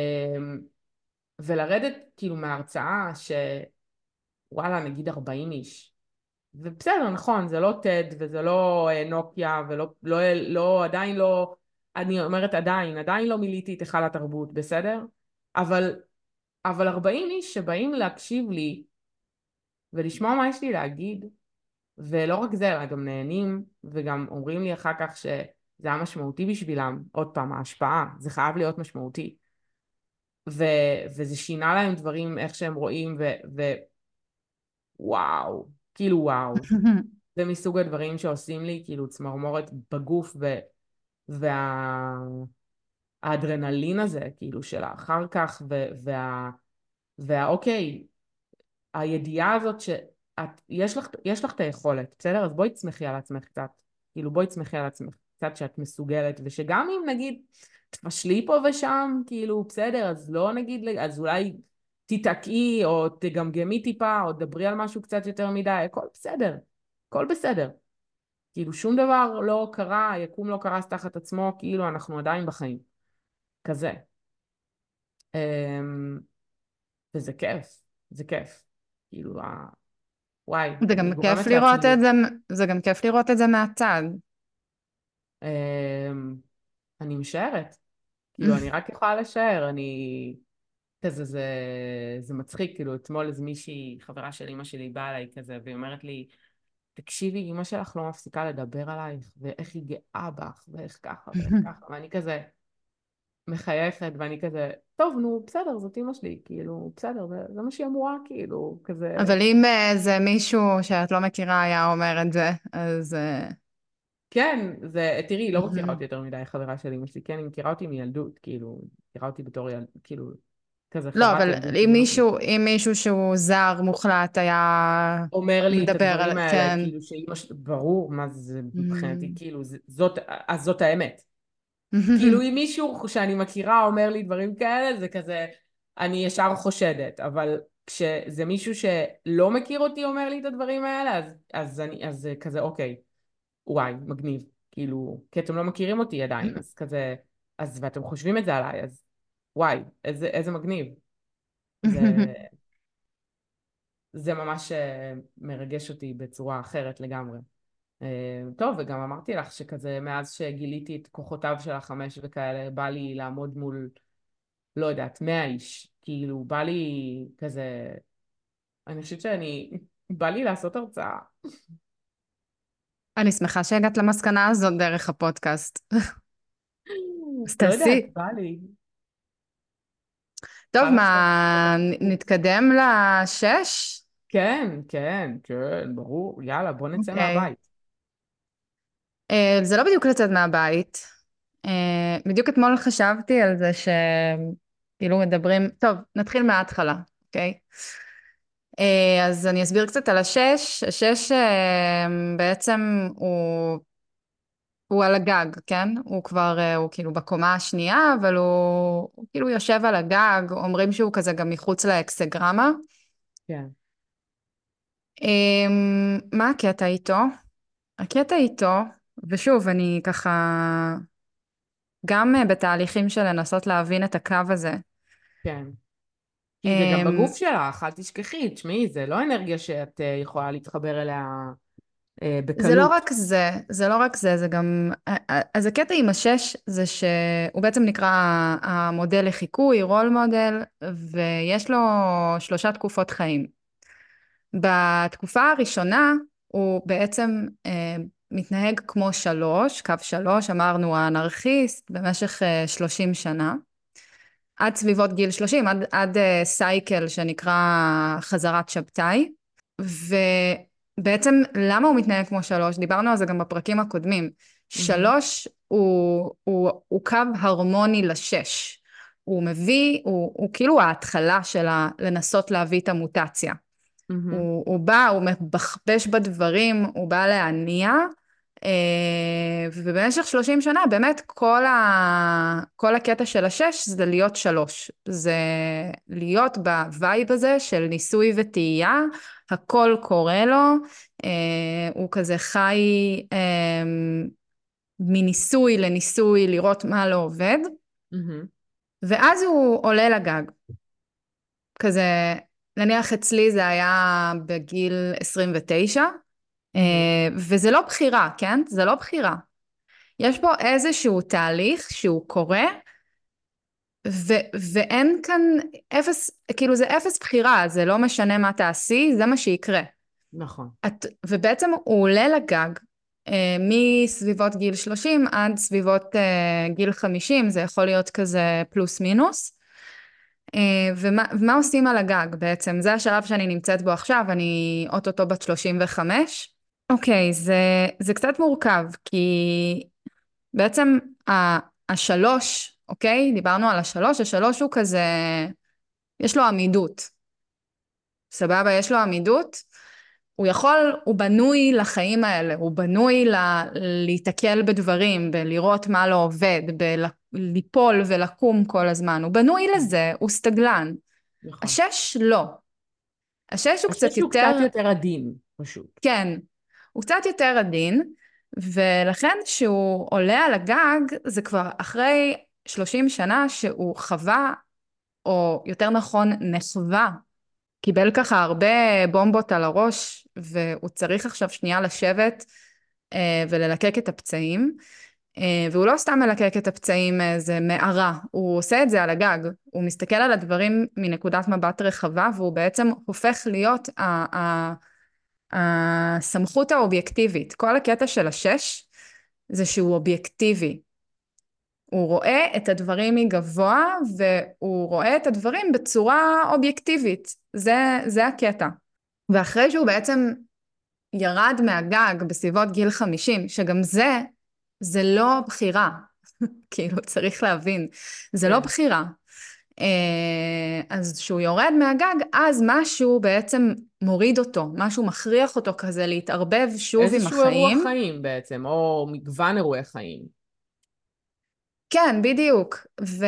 ולרדת כאילו מההרצאה שוואלה, נגיד ארבעים איש, ובסדר, נכון, זה לא טד וזה לא אה, נוקיה ולא, לא, לא, עדיין לא, אני אומרת עדיין, עדיין לא מיליתי את היכל התרבות, בסדר? אבל, אבל ארבעים איש שבאים להקשיב לי ולשמוע מה יש לי להגיד, ולא רק זה, אלא גם נהנים, וגם אומרים לי אחר כך שזה היה משמעותי בשבילם, עוד פעם, ההשפעה, זה חייב להיות משמעותי. ו, וזה שינה להם דברים, איך שהם רואים, ו, ווואו, כאילו וואו. זה מסוג הדברים שעושים לי כאילו צמרמורת בגוף ו... והאדרנלין הזה כאילו של האחר כך ו... וה... והאוקיי, הידיעה הזאת שאת, יש לך, יש לך את היכולת, בסדר? אז בואי תסמכי על עצמך קצת, כאילו בואי תסמכי על עצמך קצת שאת מסוגלת, ושגם אם נגיד תפשלי פה ושם, כאילו בסדר, אז לא נגיד, אז אולי תתעקעי או תגמגמי טיפה או דברי על משהו קצת יותר מדי, הכל בסדר, הכל בסדר. כאילו שום דבר לא קרה, היקום לא קרס תחת עצמו, כאילו אנחנו עדיין בחיים. כזה. אמ, וזה כיף, זה כיף. כאילו, ה- וואי, זה אני גם כיף גורמת לראות לעצמי. את זה, זה גם כיף לראות את זה מהצד. אמ, אני משערת. כאילו, אני רק יכולה לשער, אני... כזה, זה, זה מצחיק, כאילו, אתמול איזו מישהי, חברה של אמא שלי, באה אליי כזה, והיא אומרת לי, תקשיבי, אמא שלך לא מפסיקה לדבר עלייך, ואיך היא גאה בך, ואיך ככה, ואיך ככה, ואני כזה, מחייכת, ואני כזה, טוב, נו, בסדר, זאת אמא שלי, כאילו, בסדר, זה, זה מה שהיא אמורה, כאילו, כזה, אבל אם אה, זה מישהו שאת לא מכירה היה אומר את זה, אז... אה, כן, זה, תראי, היא לא מכירה מהמם. אותי יותר מדי, חברה של אמא שלי, כן, היא מכירה אותי מילדות, כאילו, מכירה אותי בתור ילד, כאילו, כזה לא, חברת אבל ילדות אם של אמא שלי. מישהו, אם מישהו שהוא זר מוחלט היה אומר לי את מדבר על... הדברים האלה, כן. כאילו, שאמא שלי, ברור, מה זה, מבחינתי, מהמם. כאילו, זה, זאת, אז זאת האמת. כאילו אם מישהו שאני מכירה אומר לי דברים כאלה, זה כזה, אני ישר חושדת, אבל כשזה מישהו שלא מכיר אותי אומר לי את הדברים האלה, אז, אז, אני, אז זה כזה, אוקיי, וואי, מגניב. כאילו, כי אתם לא מכירים אותי עדיין, אז כזה, אז ואתם חושבים את זה עליי, אז וואי, איזה, איזה מגניב. זה, זה ממש אה, מרגש אותי בצורה אחרת לגמרי. אה, טוב, וגם אמרתי לך שכזה, מאז שגיליתי את כוחותיו של החמש וכאלה, בא לי לעמוד מול לא יודעת, מאה איש. כאילו, בא לי כזה, אני חושבת שאני, בא לי לעשות הרצאה. אני שמחה שהגעת למסקנה הזאת דרך הפודקאסט. אז לא יודעת, תעשי. בא לי. טוב, בא לעשות מה, נ- נתקדם לשש? כן, כן, כן, ברור. יאללה, בוא נצא אוקיי. מהבית. אה, זה לא בדיוק לצאת מהבית. אה, בדיוק אתמול חשבתי על זה שכאילו מדברים... טוב, נתחיל מההתחלה, אוקיי? אה, אז אני אסביר קצת על השש. השש אה, בעצם הוא, הוא על הגג, כן? הוא כבר, אה, הוא כאילו בקומה השנייה, אבל הוא, הוא כאילו יושב על הגג, אומרים שהוא כזה גם מחוץ לאקסגרמה. כן, אמ, מה הקטע איתו? הקטע איתו, ושוב, אני ככה גם אה, בתהליכים של לנסות להבין את הקו הזה. כן. כי זה גם אמ, בגוף שלך, אל תשכחי, תשמעי, זה לא אנרגיה שאת אה, יכולה להתחבר אליה אה, זה לא בקלות. רק זה, זה לא רק זה, זה גם... אה, אה, אז הקטע עם השש זה שהוא בעצם נקרא המודל לחיקוי, רול מודל, ויש לו שלושה תקופות חיים. בתקופה הראשונה הוא בעצם אה, מתנהג כמו שלוש, קו שלוש, אמרנו האנרכיסט, במשך אה, שלושים שנה, עד סביבות גיל שלושים, עד, עד אה, סייקל שנקרא חזרת שבתאי, ובעצם למה הוא מתנהג כמו שלוש? דיברנו על זה גם בפרקים הקודמים. מהמם, שלוש הוא, הוא, הוא קו הרמוני לשש. הוא מביא, הוא, הוא כאילו ההתחלה של ה- לנסות להביא את המוטציה. מהמם, הוא, הוא בא, הוא מבחבש בדברים, הוא בא להניע, אה, ובמשך שלושים שנה באמת כל, ה, כל הקטע של השש זה להיות שלוש, זה להיות בווייב הזה של ניסוי וטעייה, הכל קורה לו, אה, הוא כזה חי אה, מניסוי לניסוי לראות מה לא עובד, מהמם, ואז הוא עולה לגג. כזה, נניח אצלי זה היה בגיל עשרים ותשע, מהמם. אה, וזה לא בחירה, כן? זה לא בחירה. יש פה איזשהו תהליך שהוא קורה, ו- ואין כאן אפס, כאילו זה אפס בחירה, זה לא משנה מה תעשי, זה מה שיקרה. נכון. את, ובעצם הוא עולה לגג, אה, מסביבות גיל שלושים עד סביבות אה, גיל חמישים, זה יכול להיות כזה פלוס מינוס. אה, ומה, ומה עושים על הגג בעצם? זה השלב שאני נמצאת בו עכשיו, אני אוטוטו בת שלושים וחמש. אוקיי, זה, זה קצת מורכב, כי בעצם ה, השלוש, אוקיי? דיברנו על השלוש, השלוש הוא כזה, יש לו עמידות, סבבה? יש לו עמידות, הוא יכול, הוא בנוי לחיים האלה, הוא בנוי ל, להיתקל בדברים, בלראות מה לא עובד, בליפול ולקום כל הזמן, הוא בנוי כן, לזה, הוא סטגלן. נכון. השש לא. השש הוא קצת השש הוא יותר, קצת יותר עדין, פשוט. כן, הוא קצת יותר עדין, ולכן שהוא עולה על הגג, זה כבר אחרי שלושים שנה שהוא חווה, או יותר נכון נחווה, קיבל ככה הרבה בומבות על הראש, והוא צריך עכשיו שנייה לשבת אה, וללקק את הפצעים, אה, והוא לא סתם מלקק את הפצעים מאיזה מערה, הוא עושה את זה על הגג, הוא מסתכל על הדברים מנקודת מבט רחבה, והוא בעצם הופך להיות ה- ה- הסמכות האובייקטיבית. כל הקטע של השש זה שהוא אובייקטיבי. הוא רואה את הדברים מגבוה, והוא רואה את הדברים בצורה אובייקטיבית. זה, זה הקטע. ואחרי שהוא בעצם ירד מהגג בסביבות גיל חמישים, שגם זה, זה לא בחירה. כאילו, צריך להבין. זה לא כן. בחירה. אה, אז כשהוא יורד מהגג, אז משהו בעצם מוריד אותו, משהו מכריח אותו כזה להתערבב שוב עם איזשהו אירוע החיים. חיים בעצם, או מגוון אירועי חיים. כן, בדיוק.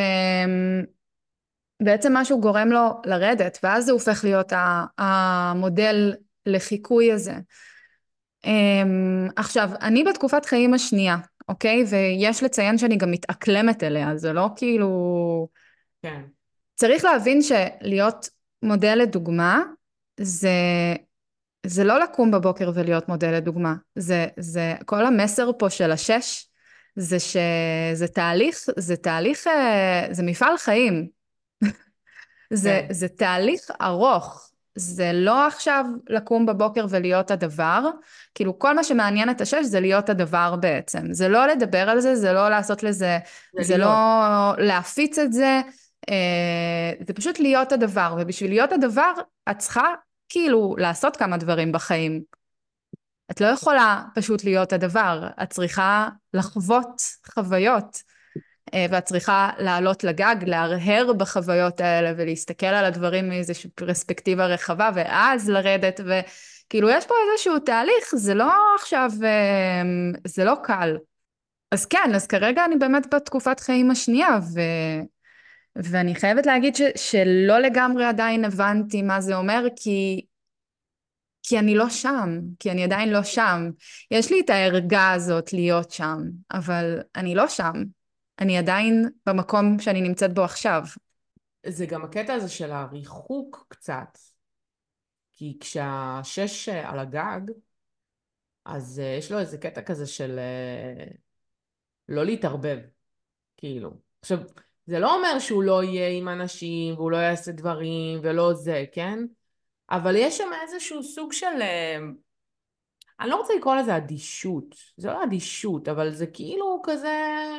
ובעצם משהו גורם לו לרדת, ואז זה הופך להיות ה- המודל לחיקוי הזה. אמ, עכשיו, אני בתקופת חיים השנייה, אוקיי? ויש לציין שאני גם מתאקלמת אליה, זה לא כאילו... כן, צריך להבין שלהיות מודל לדוגמה, זה, זה לא לקום בבוקר ולהיות מודל לדוגמה. זה, זה, כל המסר פה של השש, זה שזה תהליך, זה תהליך, אה, זה מפעל חיים. זה, כן. זה תהליך ארוך. זה לא עכשיו לקום בבוקר ולהיות הדבר, כאילו כל מה שמעניין את השש זה להיות הדבר בעצם. זה לא לדבר על זה, זה לא לעשות לזה, זה זה לא להיות. להפיץ את זה, אה, זה פשוט להיות הדבר, ובשביל להיות הדבר את צריכה כאילו לעשות כמה דברים בחיים. את לא יכולה פשוט להיות הדבר, את צריכה לחוות חוויות. אה, ואת צריכה לעלות לגג, להרהר בחוויות האלה ולהסתכל על הדברים מאיזושהי פרספקטיבה רחבה ואז לרדת וכאילו יש פה איזשהו תהליך, זה לא עכשיו, אה, זה לא קל. אז כן, אז כרגע אני באמת בתקופת חיים השנייה ו... ואני חייבת להגיד ש... שלא לגמרי עדיין הבנתי מה זה אומר כי... כי אני לא שם, כי אני עדיין לא שם. יש לי את הערגה הזאת להיות שם, אבל אני לא שם. אני עדיין במקום שאני נמצאת בו עכשיו. זה גם הקטע הזה של הריחוק קצת, כי כשהשש על הגג, אז אה, יש לו איזה קטע כזה של אה, לא להתערבב, כאילו. עכשיו, זה לא אומר שהוא לא יהיה עם אנשים, והוא לא יעשה דברים, ולא זה, כן? אבל יש שם איזשהו סוג של... אה, אני לא רוצה לקרוא לזה אדישות. זה לא אדישות, אבל זה כאילו כזה...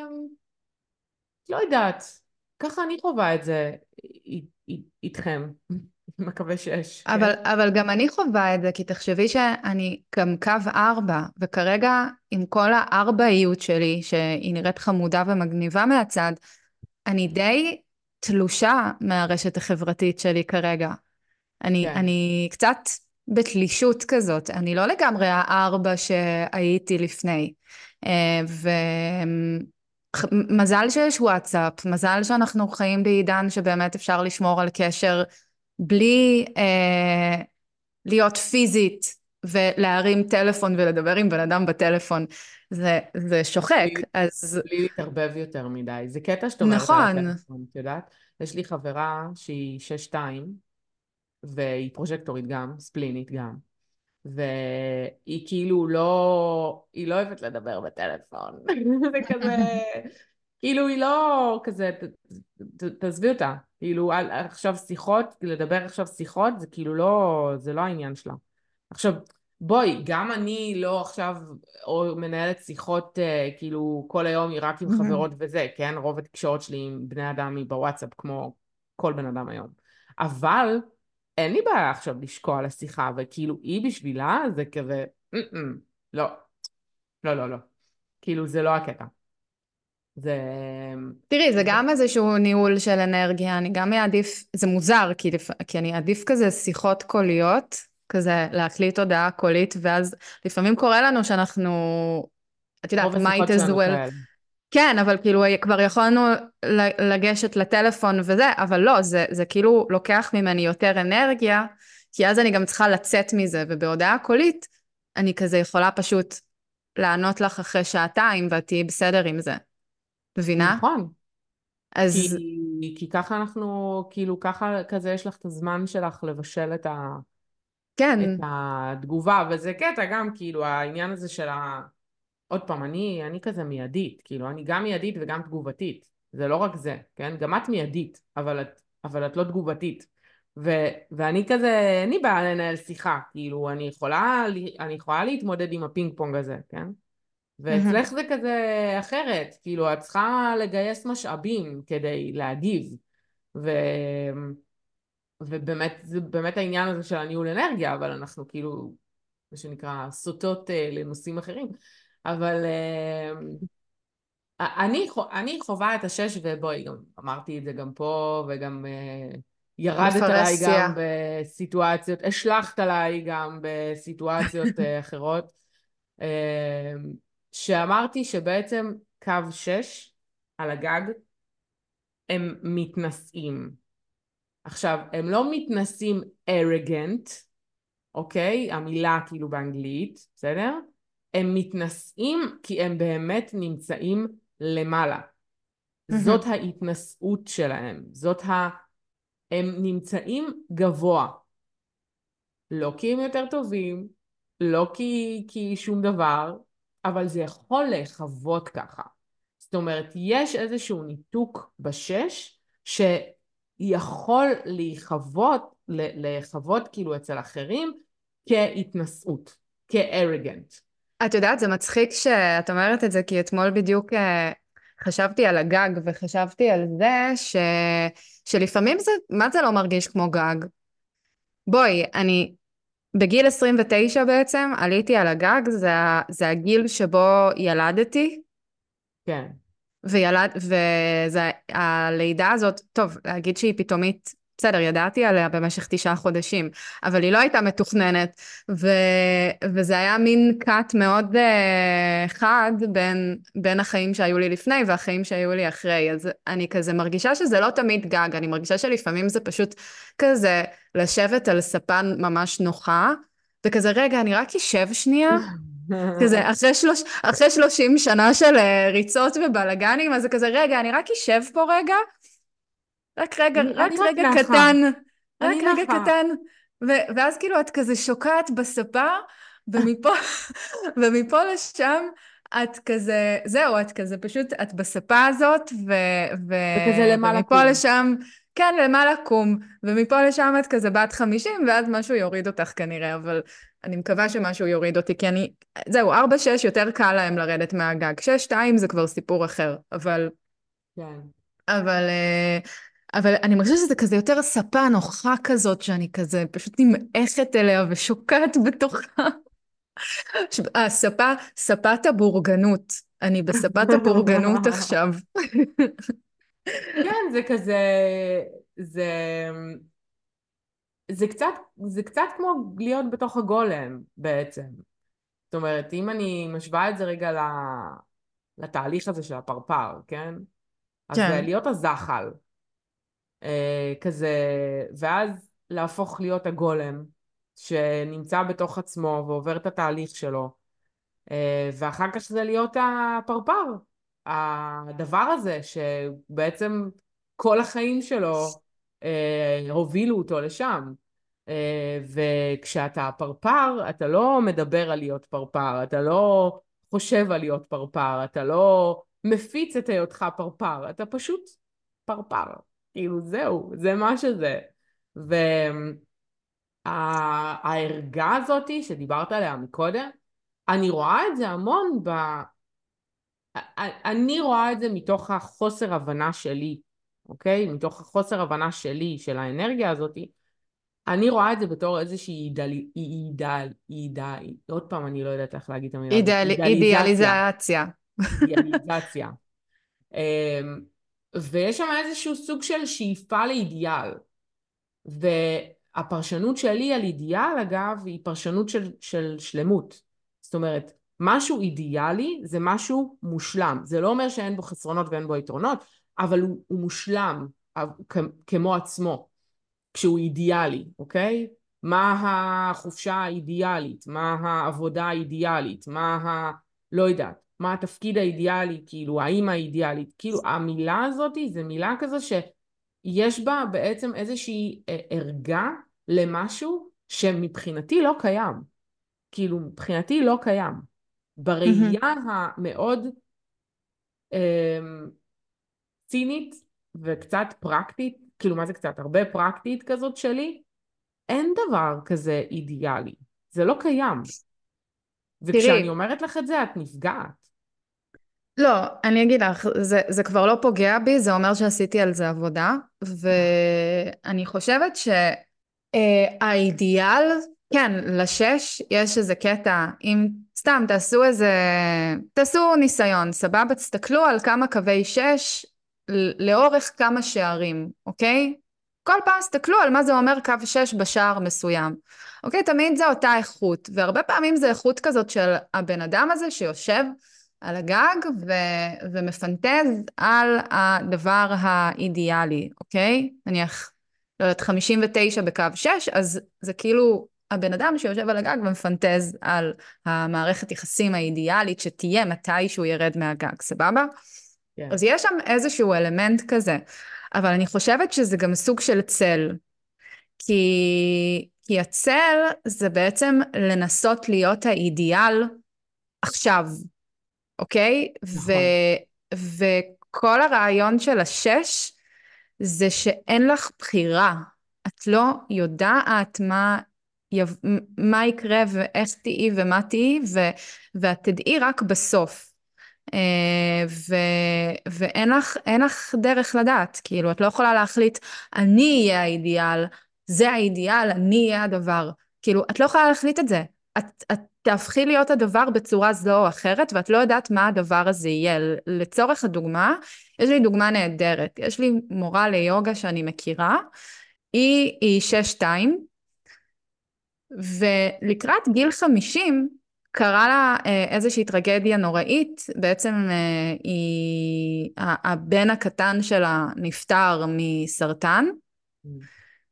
לא יודעת. ככה אני חווה את זה א- א- איתכם. מקווה שיש, כן? אבל, אבל גם אני חווה את זה, כי תחשבי שאני גם קו ארבע, וכרגע עם כל הארבעיות שלי, שהיא נראית חמודה ומגניבה מהצד, אני די תלושה מהרשת החברתית שלי כרגע. אני, כן. אני קצת בתלישות כזאת, אני לא לגמרי הארבע שהייתי לפני. אה, ומזל שיש וואטסאפ, מזל שאנחנו חיים בעידן שבאמת אפשר לשמור על קשר בלי אה, להיות פיזית ולהרים טלפון ולדבר עם בן אדם בטלפון. זה, זה שוחק, בלי, אז בלי להתערבב יותר מדי. זה קטע שאת אומרת על נכון. הטלפון, את יודעת? יש לי חברה שהיא שש שתיים, והיא פרוז'קטורית גם, ספלינית גם. והיא כאילו לא, היא לא אוהבת לדבר בטלפון. זה כזה, כאילו היא לא כזה, ת, ת, תעזבי אותה. כאילו על- עכשיו שיחות, לדבר עכשיו שיחות, זה כאילו לא, זה לא העניין שלה. עכשיו, בואי, גם אני לא עכשיו או מנהלת שיחות אה, כאילו כל היום היא רק עם חברות וזה, כן? רוב התקשורת שלי עם בני אדם היא בוואטסאפ כמו כל בן אדם היום. אבל אין לי בעיה עכשיו לשקוע על השיחה, וכאילו היא בשבילה זה כזה, "מ-מ, לא, לא, לא, לא. כאילו זה לא הקטע. זה... תראי, זה זה... גם איזשהו ניהול של אנרגיה, אני גם אעדיף, זה מוזר, כי, לפ... כי אני אעדיף כזה שיחות קוליות, כזה להקליט הודעה קולית, ואז לפעמים קורה לנו שאנחנו, את יודעת, רוב might השיחות as שלנו well, כאלה. כן, אבל כאילו כבר יכולנו ל- לגשת לטלפון וזה, אבל לא, זה, זה כאילו לוקח ממני יותר אנרגיה, כי אז אני גם צריכה לצאת מזה, ובהודעה קולית, אני כזה יכולה פשוט לענות לך אחרי שעתיים, ואת תהיי בסדר עם זה, מבינה? נכון. כי, אז כי ככה אנחנו, כאילו ככה כזה יש לך את הזמן שלך לבשל את, ה, את כן, התגובה, וזה קטע גם כאילו העניין הזה של ה... עוד פעם, אני, אני כזה מיידית, כאילו אני גם מיידית וגם תגובתית, זה לא רק זה, כן? גם את מיידית, אבל את, אבל את לא תגובתית. ו, ואני כזה, אין לי בעיה לנהל שיחה, כאילו אני יכולה, אני יכולה להתמודד עם הפינג פונג הזה, כן? מהמם. ואצלך זה כזה אחרת, כאילו את צריכה לגייס משאבים כדי להגיב, ו... ובאמת, זה באמת העניין הזה של הניהול אנרגיה, אבל אנחנו כאילו, מה שנקרא, סוטות אה, לנושאים אחרים. אבל אה, אני, חו- אני חווה את השש, ובואי, גם אמרתי את זה גם פה, וגם אה, ירדת עליי בפרהסיה. גם בסיטואציות, השלכת עליי גם בסיטואציות אה, אחרות, אה, שאמרתי שבעצם קו שש על הגג, הם מתנשאים. עכשיו, הם לא מתנסים arrogant, אוקיי? המילה כאילו באנגלית, בסדר? הם מתנשאים כי הם באמת נמצאים למעלה. זאת מהמם. ההתנשאות שלהם. זאת ה... הם נמצאים גבוה. לא כי הם יותר טובים, לא כי, כי שום דבר, אבל זה יכול להיחוות ככה. זאת אומרת, יש איזשהו ניתוק בשש שיכול להיחוות, להיחוות כאילו אצל אחרים כהתנשאות, כארגנט. את יודעת, זה מצחיק שאת אומרת את זה, כי אתמול בדיוק אה, חשבתי על הגג, וחשבתי על זה ש... שלפעמים זה, מה זה לא מרגיש כמו גג? בואי, אני בגיל עשרים ותשע בעצם עליתי על הגג, זה, ה- זה הגיל שבו ילדתי, כן. וילד, וזה, הלידה הזאת, טוב, להגיד שהיא פתאומית, בסדר, ידעתי עליה במשך תשעה חודשים, אבל היא לא הייתה מתוכננת, ו, וזה היה מין קאט מאוד uh, חד בין, בין החיים שהיו לי לפני והחיים שהיו לי אחרי, אז אני כזה מרגישה שזה לא תמיד גג, אני מרגישה שלפעמים זה פשוט כזה לשבת על ספה ממש נוחה, וכזה רגע, אני רק אשב שנייה, כזה, אחרי, שלוש, אחרי שלושים שנה של אה, ריצות ובלגנים, אז זה כזה, רגע, אני רק אשב פה רגע, רק רגע, אני, רק אני רק רגע נחה, קטן, אני רק רגע נחה. קטן, ו- ואז כאילו את כזה שוקעת בספה, ומפה, ומפה לשם, את כזה, זהו, את כזה פשוט, את בספה הזאת, ו, ו, וכזה למעלה ומפה קום. לשם, כן, למה לקום, ומפה לשם את כזה בת חמישים, ואז משהו יוריד אותך כנראה, אבל אני מקווה שמשהו יוריד אותי, כי אני, זהו, ארבע שש יותר קל להם לרדת מהגג, שש שתיים זה כבר סיפור אחר, אבל, כן. אבל, אה, אבל אני מרגישה שזה כזה יותר ספה נוחה כזאת, שאני כזה פשוט נמעכת אליה ושוקעת בתוכה. הספה, ספת הבורגנות. אני בספת הבורגנות עכשיו. כן, זה כזה, זה, זה קצת, זה קצת כמו להיות בתוך הגולם בעצם. זאת אומרת, אם אני משווה את זה רגע ל- לתהליך הזה של הפרפר, כן? אז אה, כן. להיות הזחל, אה, כזה, ואז להפוך להיות הגולם, שנמצא בתוך עצמו ועובר את התהליך שלו, אה, ואחר כך זה להיות הפרפר, הדבר הזה שבעצם כל החיים שלו אה, הובילו אותו לשם. אה, וכשאתה פרפר, אתה לא מדבר על להיות פרפר, אתה לא חושב על להיות פרפר, אתה לא מפיץ את היותך פרפר, אתה פשוט פרפר. כאילו זהו, זה מה שזה. והערגה הזאתי שדיברת עליה מקודם, אני רואה את זה המון ב... אני רואה את זה מתוך החוסר הבנה שלי, אוקיי? מתוך החוסר הבנה שלי, של האנרגיה הזאת, אני רואה את זה בתור איזושהי אידאל... אידאל... אידאל... עוד פעם אני לא יודעת איך להגיד את המילה הזאת, אידיאל, אידאליזציה, אידיאליזציה. אידיאליזציה. אמ, ויש שם איזשהו סוג של שאיפה לאידיאל, והפרשנות שלי על אידיאל אגב היא פרשנות של, של שלמות. זאת אומרת, משהו אידיאלי זה משהו מושלם. זה לא אומר שאין בו חסרונות ואין בו יתרונות, אבל הוא, הוא מושלם כ- כמו עצמו, כשהוא אידיאלי, אוקיי? מה החופשה האידיאלית? מה העבודה האידיאלית? מה ה... לא יודעת. מה התפקיד האידיאלי? כאילו, האמא האידיאלית? כאילו, המילה הזאת זה מילה כזו שיש בה בעצם איזושהי אה, ערגה למשהו שמבחינתי לא קיים. כאילו, מבחינתי לא קיים. בראייה מהמם. המאוד אה, צינית וקצת פרקטית, כאילו מה זה קצת? הרבה פרקטית כזאת שלי, אין דבר כזה אידיאלי. זה לא קיים. וכשאני תראי, אומרת לך את זה, את נפגעת. לא, אני אגיד לך, זה, זה כבר לא פוגע בי, זה אומר שעשיתי על זה עבודה, ואני חושבת שהאידיאל, כן, לשש יש איזה קטע, אם סתם תעשו איזה, תעשו ניסיון, סבבה, תסתכלו על כמה קווי שש לאורך כמה שערים, אוקיי? כל פעם תסתכלו על מה זה אומר קו שש בשער מסוים. אוקיי, תמיד זה אותה איכות, והרבה פעמים זה איכות כזאת של הבן אדם הזה שיושב על הגג ו- ומפנטז על הדבר האידיאלי, אוקיי? נניח, לא יודעת, חמישים ותשע בקו שש, אז זה כאילו הבן אדם שיושב על הגג ומפנטז על המערכת יחסים האידיאלית שתהיה מתי שהוא ירד מהגג, סבבה? כן. אז יש שם איזשהו אלמנט כזה, אבל אני חושבת שזה גם סוג של צל, כי, כי הצל זה בעצם לנסות להיות האידיאל עכשיו, אוקיי? ו, נכון. וכל הרעיון של השש זה שאין לך בחירה. את לא יודעת מה, יב, מה יקרה ואיך תהיי ומה תהיי, ו, ואת תדעי רק בסוף. אה, ו, ואין לך, אין לך דרך לדעת, כאילו, את לא יכולה להחליט, אני אהיה האידיאל, זה האידיאל, אני אהיה הדבר. כאילו, את לא יכולה להחליט את זה. את, את תהפכי להיות הדבר בצורה זו או אחרת, ואת לא יודעת מה הדבר הזה יהיה. לצורך הדוגמה, יש לי דוגמה נהדרת. יש לי מורה ליוגה שאני מכירה, היא, היא שש שתיים, ולקראת גיל חמישים, קרה לה אה, איזושהי טרגדיה נוראית, בעצם אה, היא, הבן הקטן שלה נפטר מסרטן, Mm.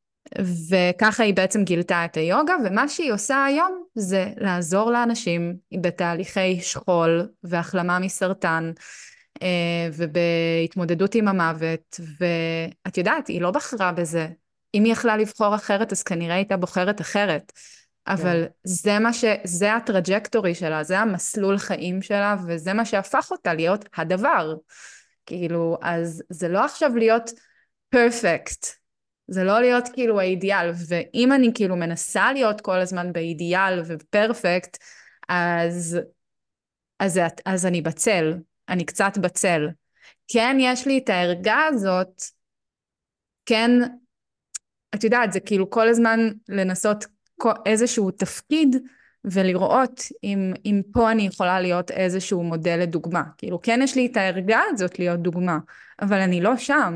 וככה היא בעצם גילתה את היוגה, ומה שהיא עושה היום זה לעזור לאנשים בתהליכי שכול והחלמה מסרטן, אה, ובהתמודדות עם המוות, ואת יודעת, היא לא בחרה בזה. אם היא יכלה לבחור אחרת, אז כנראה הייתה בוחרת אחרת. כן. אבל זה מה ש... זה הטראג'קטורי שלה, זה המסלול חיים שלה, וזה מה שהפך אותה להיות הדבר. כאילו, אז זה לא עכשיו להיות פרפקט. זה לא להיות כאילו האידיאל, ואם אני כאילו מנסה להיות כל הזמן באידיאל ופרפקט, אז, אז, אז אני בצל, אני קצת בצל. כן, יש לי את הערגה הזאת, כן, את יודעת, זה כאילו כל הזמן לנסות איזשהו תפקיד, ולראות אם, אם פה אני יכולה להיות איזשהו מודל לדוגמה. כאילו, כן יש לי את הערגה הזאת להיות דוגמה, אבל אני לא שם.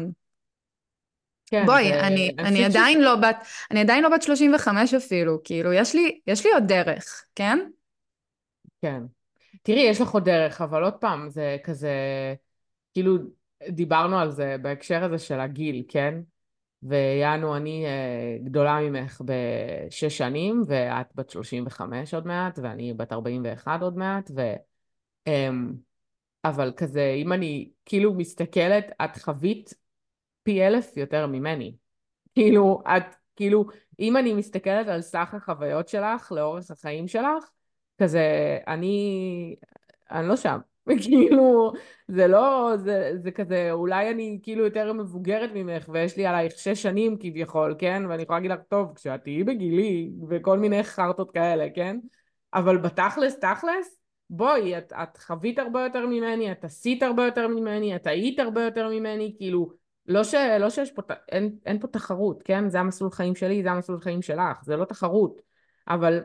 כן, בואי, אני, ואני אני חושבת שזה... עדיין לא בת, אני עדיין לא בת שלושים וחמש אפילו, כאילו, יש לי, יש לי עוד דרך, כן? כן. תראי, יש לך עוד דרך, אבל עוד פעם, זה כזה, כאילו, דיברנו על זה בהקשר הזה של הגיל, כן? ויענו, אני אה, גדולה ממך בשש שנים, ואת בת שלושים וחמש עוד מעט, ואני בת ארבעים ואחת עוד מעט, ו... אמ, אבל כזה, אם אני כאילו מסתכלת, את חווית פי אלף יותר ממני. כאילו, את, כאילו, אם אני מסתכלת על סך החוויות שלך לאורך החיים שלך, כזה, אני, אני לא שם. כאילו, זה לא, זה, זה כזה, אולי אני כאילו יותר מבוגרת ממך, ויש לי עלייך שש שנים כביכול, כן? ואני יכולה להגיד לך, טוב, כשאת תהיי בגילי, וכל מיני חרטות כאלה, כן? אבל בתכלס, תכלס, בואי, את, את חווית הרבה יותר ממני, את עשית הרבה יותר ממני, את היית הרבה יותר ממני, כאילו, לא, ש, לא שיש פה, אין, אין פה תחרות, כן? זה המסלול חיים שלי, זה המסלול חיים שלך, זה לא תחרות. אבל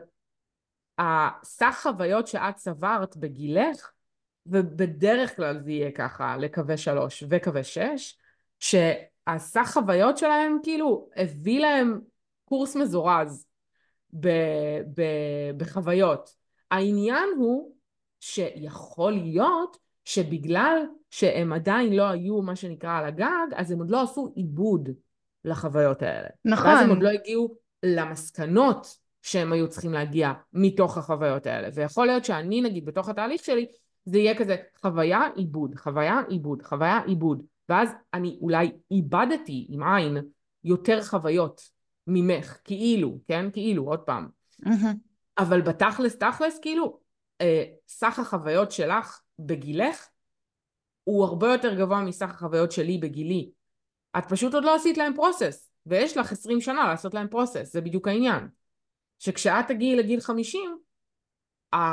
הסך חוויות שאת צברת בגילך, ובדרך כלל זה יהיה ככה לקווי שלוש וקווי שש, שהסך חוויות שלהם כאילו הביא להם קורס מזורז ב, ב, בחוויות. העניין הוא שיכול להיות שבגלל שהם עדיין לא היו מה שנקרא על הגג, אז הם עוד לא עשו עיבוד לחוויות האלה. ואז הם עוד נכון. לא הגיעו למסקנות שהם היו צריכים להגיע מתוך החוויות האלה. ויכול להיות שאני נגיד בתוך התהליך שלי, זה יהיה כזה חוויה עיבוד, חוויה עיבוד, חוויה עיבוד. ואז אני אולי איבדתי עם עין יותר חוויות ממך, כאילו, כן? כאילו, עוד פעם. מהמם. אבל בתכלס, תכלס, כאילו, אה, סך החוויות שלך בגילך הוא הרבה יותר גבוה מסך החוויות שלי בגילי. את פשוט עוד לא עשית להם פרוסס, ויש לך עשרים שנה לעשות להם פרוסס, זה בדיוק העניין. שכשאת תגיעי לגיל חמישים,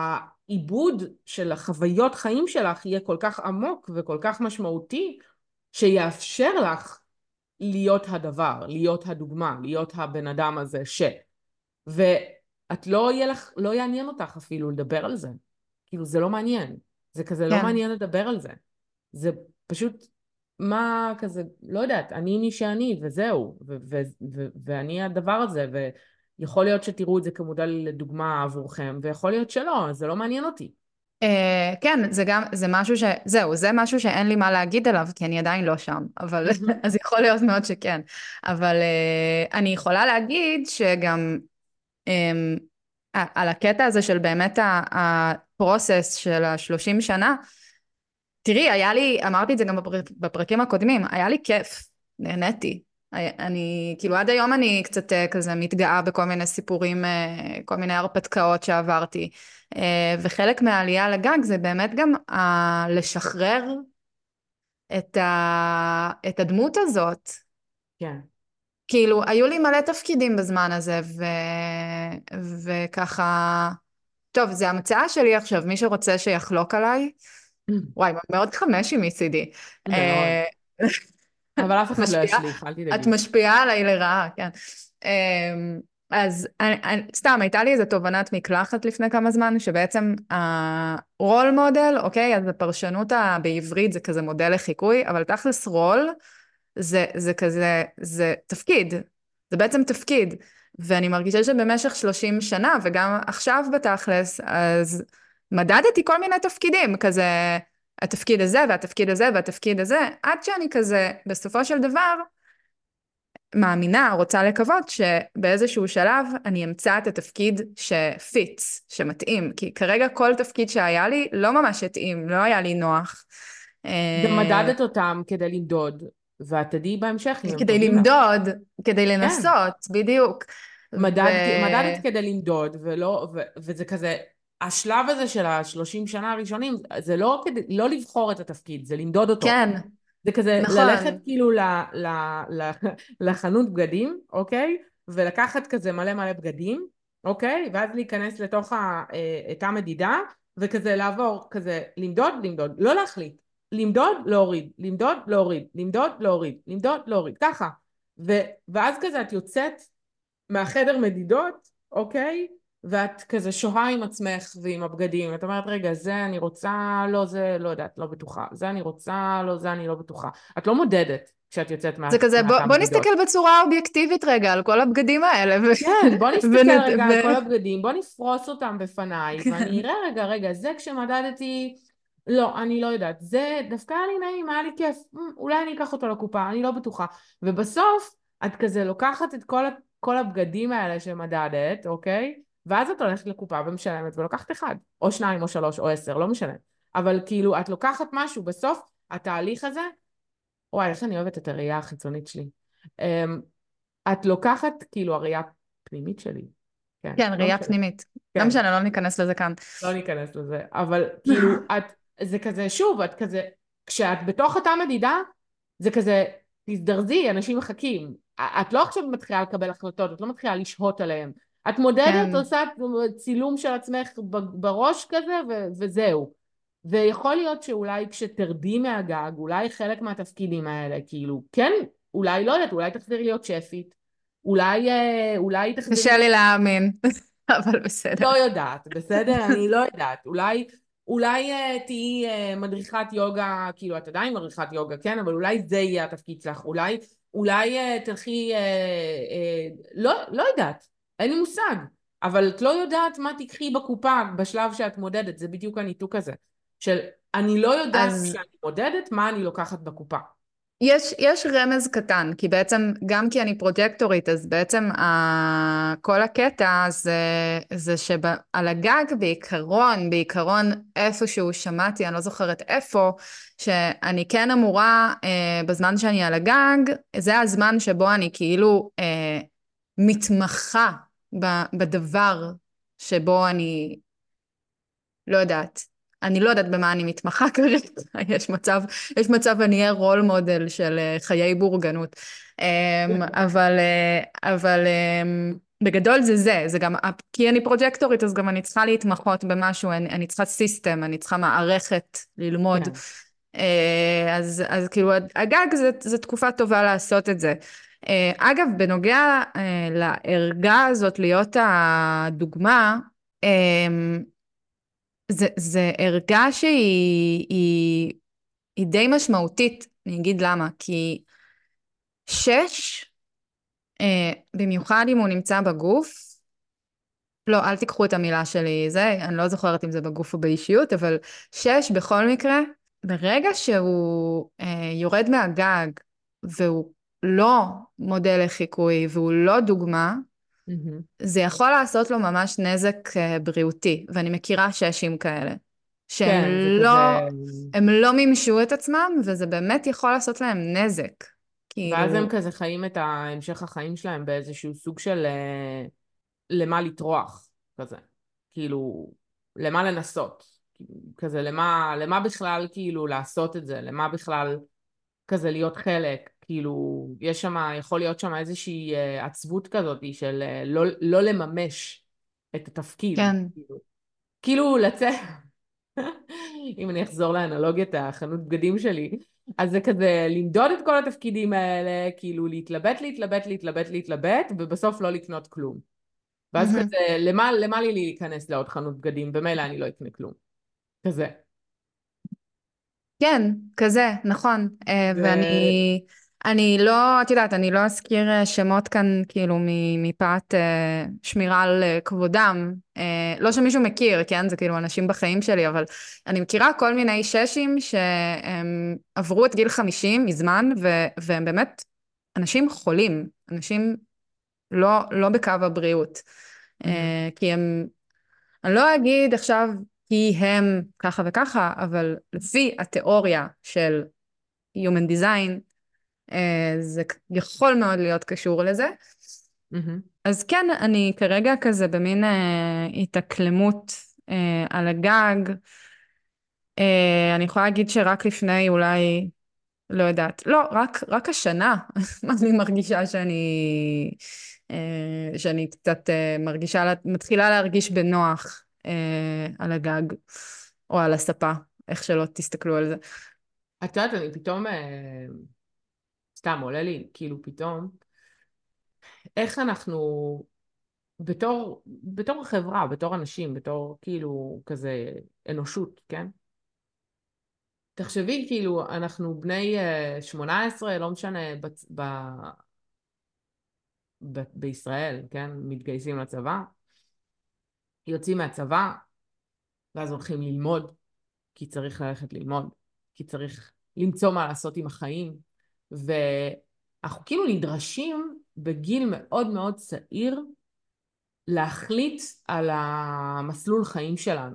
העיבוד של החוויות חיים שלך יהיה כל כך עמוק וכל כך משמעותי, שיאפשר לך להיות הדבר, להיות הדוגמה, להיות הבן אדם הזה ש... ואת לא יהיה לך, לא יעניין אותך אפילו לדבר על זה. כאילו זה לא מעניין. זה כזה לא כן. מעניין לדבר על זה. זה פשוט, מה כזה, לא יודעת, אני מי שאני וזהו, ו- ו- ו- ואני הדבר הזה, ויכול להיות שתראו את זה כמודל לדוגמה עבורכם, ויכול להיות שלא, זה לא מעניין אותי. אה, כן, זה גם, זה משהו ש... זהו, זה משהו שאין לי מה להגיד עליו, כי אני עדיין לא שם, אבל... מהמם. אז יכול להיות מאוד שכן. אבל אה, אני יכולה להגיד שגם אמ, על הקטע הזה של באמת הפרוסס של השלושים שנה, תראי, היה לי, אמרתי את זה גם בפר... בפרקים הקודמים, היה לי כיף, נהניתי. אני, כאילו עד היום אני קצת אה, כזה מתגאה בכל מיני סיפורים, אה, כל מיני הרפתקאות שעברתי. אה, וחלק מהעלייה לגג זה באמת גם ה... לשחרר את ה... את הדמות הזאת. כן. כאילו, היו לי מלא תפקידים בזמן הזה, ו... וככה... טוב, זה המצאה שלי עכשיו, מי שרוצה שיחלוק עליי. וואי, מאוד חמשי מצידי. מאוד. אה, אבל אף את אחד לא משפיעה, ישליך, אל את תדאגי. משפיעה עליי לרעה, כן. אמ, אז אני, אני, סתם, הייתה לי איזו תובנת מקלחת לפני כמה זמן, שבעצם הרול מודל, אוקיי, אז הפרשנות ה- בעברית זה כזה מודל לחיקוי, אבל תכלס רול זה, זה כזה, זה תפקיד, זה בעצם תפקיד, ואני מרגישה שבמשך שלושים שנה, וגם עכשיו בתכלס, אז מדדתי כל מיני תפקידים, כזה התפקיד הזה והתפקיד הזה והתפקיד הזה, עד שאני כזה, בסופו של דבר, מאמינה, רוצה לקוות שבאיזשהו שלב אני אמצא את התפקיד שפיץ, שמתאים, כי כרגע כל תפקיד שהיה לי לא ממש התאים, לא היה לי נוח. גם אה, מדדת אותם כדי למדוד, ואת תדעי בהמשך אם הם כדי טובים לך. למדוד, כדי כן. לנסות, בדיוק. ו... מדדתי, מדדת כדי למדוד, ולא, ו, וזה כזה, השלב הזה של השלושים שנה הראשונים, זה לא כדי, לא לבחור את התפקיד, זה למדוד אותו. כן, זה כזה ללכת נכון, כאילו ל, ל, ל, לחנות בגדים, אוקיי? ולקחת כזה מלא מלא בגדים, אוקיי? ואז להיכנס לתוך ה, אה, את המדידה, וכזה לעבור, כזה למדוד, למדוד, לא להחליט. למדוד, להוריד, למדוד, להוריד, למדוד, להוריד, למדוד, להוריד, ככה. ו, ואז כזה את יוצאת מהחדר מדידות, אוקיי? ואת כזה שוהה עם עצמך ועם הבגדים, את אומרת, רגע, זה אני רוצה, לא, זה לא יודעת, לא בטוחה, זה אני רוצה, לא, זה אני לא בטוחה. את לא מודדת כשאת יוצאת מה, זה כזה, בוא, מהתא בוא נסתכל מדידות. בצורה אובייקטיבית רגע על כל הבגדים האלה, ו... כן, בוא נסתכל ונת... רגע ו... על כל הבגדים, בוא נפרוס אותם בפניי, ואני אראה רגע, רגע, זה כשמדדתי, לא, אני לא יודעת, זה דווקא היה לי נעים, היה לי כיף, "מ, אולי אני אקח אותו לקופה, אני לא בטוחה. ובסוף, את כזה לוקחת את כל, ה- כל הבגדים האלה שמדדת, אוקיי? ואז את הולכת לקופה ומשלמת ולוקחת אחד, או שניים, או שלוש, או עשר, לא משנה. אבל כאילו, את לוקחת משהו, בסוף, התהליך הזה, וואי, איך אני אוהבת את הראייה החיצונית שלי. אמ, את לוקחת, כאילו, הראייה הפנימית שלי. כן, כן, לא ראייה משנה. פנימית. לא כן, משנה, לא ניכנס לזה כאן. לא ניכנס לזה. אבל כאילו, את, זה כזה, שוב, את כזה, כשאת בתוך אותה מדידה, זה כזה, תזדרזי, אנשים מחכים. את לא עכשיו מתחילה לקבל החלטות, את לא מתחילה לשהות עליהן. את מודדת, כן. עושה צילום של עצמך בראש כזה, ו- וזהו. ויכול להיות שאולי כשתרדי מהגג, אולי חלק מהתפקידים האלה, כאילו, כן, אולי לא יודעת, אולי תחזרי להיות שפית, אולי, אה, אולי תחזרי קשה לי להיות, להאמין, אבל בסדר. לא יודעת, בסדר? אני לא יודעת, אולי, אולי אה, תהיי אה, מדריכת יוגה, כאילו את עדיין מדריכת יוגה, כן? אבל אולי זה יהיה התפקיד שלך, אולי, אולי אה, תלכי, אה, אה, לא, לא יודעת, אין לי מושג, אבל את לא יודעת מה תקחי בקופה בשלב שאת מודדת, זה בדיוק הניתוק הזה, של אני לא יודעת אז כשאני מודדת מה אני לוקחת בקופה. יש, יש רמז קטן, כי בעצם, גם כי אני פרוג'קטורית, אז בעצם ה, כל הקטע זה, זה שעל הגג בעיקרון, בעיקרון איפשהו שמעתי, אני לא זוכרת איפה, שאני כן אמורה, אה, בזמן שאני על הגג, זה הזמן שבו אני כאילו אה, מתמחה ב, בדבר שבו אני לא יודעת. אני לא יודעת במה אני מתמחה כרגע, יש מצב, יש מצב אני אהיה רול מודל של אה, חיי בורגנות. אמ, אבל, אה, אבל, אמ, בגדול זה זה, זה גם, כי אני פרוג'קטורית, אז גם אני צריכה להתמחות במשהו, אני, אני צריכה סיסטם, אני צריכה מערכת ללמוד. כן. אה, אז, אז כאילו, הגג זה, זה תקופה טובה לעשות את זה. אה, אגב, בנוגע אה, לערגה הזאת להיות הדוגמה, אה, זה, זה ערגה שהיא היא, היא די משמעותית, אני אגיד למה, כי שש, אה, במיוחד אם הוא נמצא בגוף, לא, אל תיקחו את המילה שלי, זה, אני לא זוכרת אם זה בגוף או באישיות, אבל שש בכל מקרה, ברגע שהוא אה, יורד מהגג, והוא לא מודל לחיקוי, והוא לא דוגמה, מהמם. זה יכול לעשות לו ממש נזק אה, בריאותי, ואני מכירה ששים כאלה, שהם כן, זה לא, כזה, הם לא מימשו את עצמם, וזה באמת יכול לעשות להם נזק. ואז הם כאילו, כזה חיים את המשך החיים שלהם באיזשהו סוג של אה, למה לטרוח, כזה. כאילו, למה לנסות. כזה, למה, למה בכלל כאילו לעשות את זה? למה בכלל כזה להיות חלק? כאילו, יש שם, יכול להיות שם איזושהי אה, עצבות כזאת של אה, לא, לא לממש את התפקיד. כן. כאילו, כאילו לצאת, אם אני אחזור לאנלוגיית החנות בגדים שלי, אז זה כזה למדוד את כל התפקידים האלה, כאילו להתלבט, להתלבט, להתלבט, להתלבט, ובסוף לא לקנות כלום. ואז כזה, למה, למה לי להיכנס לעוד חנות בגדים? במילא אני לא אקנה כלום. כזה. כן, כזה, נכון. אה, ואני ו... אני לא, את יודעת, אני לא אזכיר אה, שמות כאן, כאילו, מ- מפאת אה, שמירה על אה, כבודם. אה, לא שמישהו מכיר, כן? זה כאילו אנשים בחיים שלי, אבל אני מכירה כל מיני ששים שהם עברו את גיל חמישים מזמן, ו- והם באמת אנשים חולים, אנשים לא, לא בקו הבריאות. מהמם, אה, כי הם, אני לא אגיד עכשיו כי הם ככה וככה, אבל לפי התיאוריה של Human Design, אה, זה יכול מאוד להיות קשור לזה. מהמם, אז כן, אני כרגע כזה במין אה, התאקלמות אה, על הגג. אה, אני יכולה להגיד שרק לפני אולי, לא יודעת, לא, רק, רק השנה, אני מרגישה שאני, אה, שאני קצת אה, מרגישה, לה- מתחילה להרגיש בנוח אה, על הגג, או על הספה, איך שלא תסתכלו על זה. את יודעת, אני פתאום, אה, סתם עולה לי, כאילו פתאום, איך אנחנו, בתור, בתור חברה, בתור אנשים, בתור כאילו כזה אנושות, כן? תחשבי כאילו, אנחנו בני אה, שמונה עשרה, לא משנה, בצ- ב, ב, בישראל, כן? מתגייסים לצבא, יוצאים מהצבא, ואז הולכים ללמוד, כי צריך ללכת ללמוד, כי צריך למצוא מה לעשות עם החיים, ואנחנו כאילו נדרשים בגיל מאוד מאוד צעיר להחליט על המסלול חיים שלנו.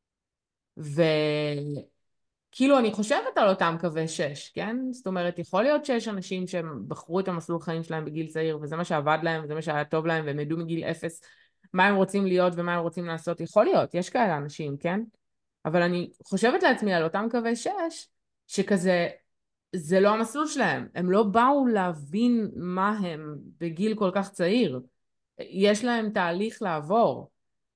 וכאילו אני חושבת על אותם קווי שש, כן? זאת אומרת, יכול להיות שיש אנשים שהם בחרו את המסלול חיים שלהם בגיל צעיר, וזה מה שעבד להם, וזה מה שהיה טוב להם, והם ידעו מגיל אפס מה הם רוצים להיות ומה הם רוצים לעשות. יכול להיות, יש כאלה אנשים, כן? אבל אני חושבת לעצמי על אותם קווי שש, שכזה, זה לא המסלול שלהם. הם לא באו להבין מה הם בגיל כל כך צעיר. יש להם תהליך לעבור.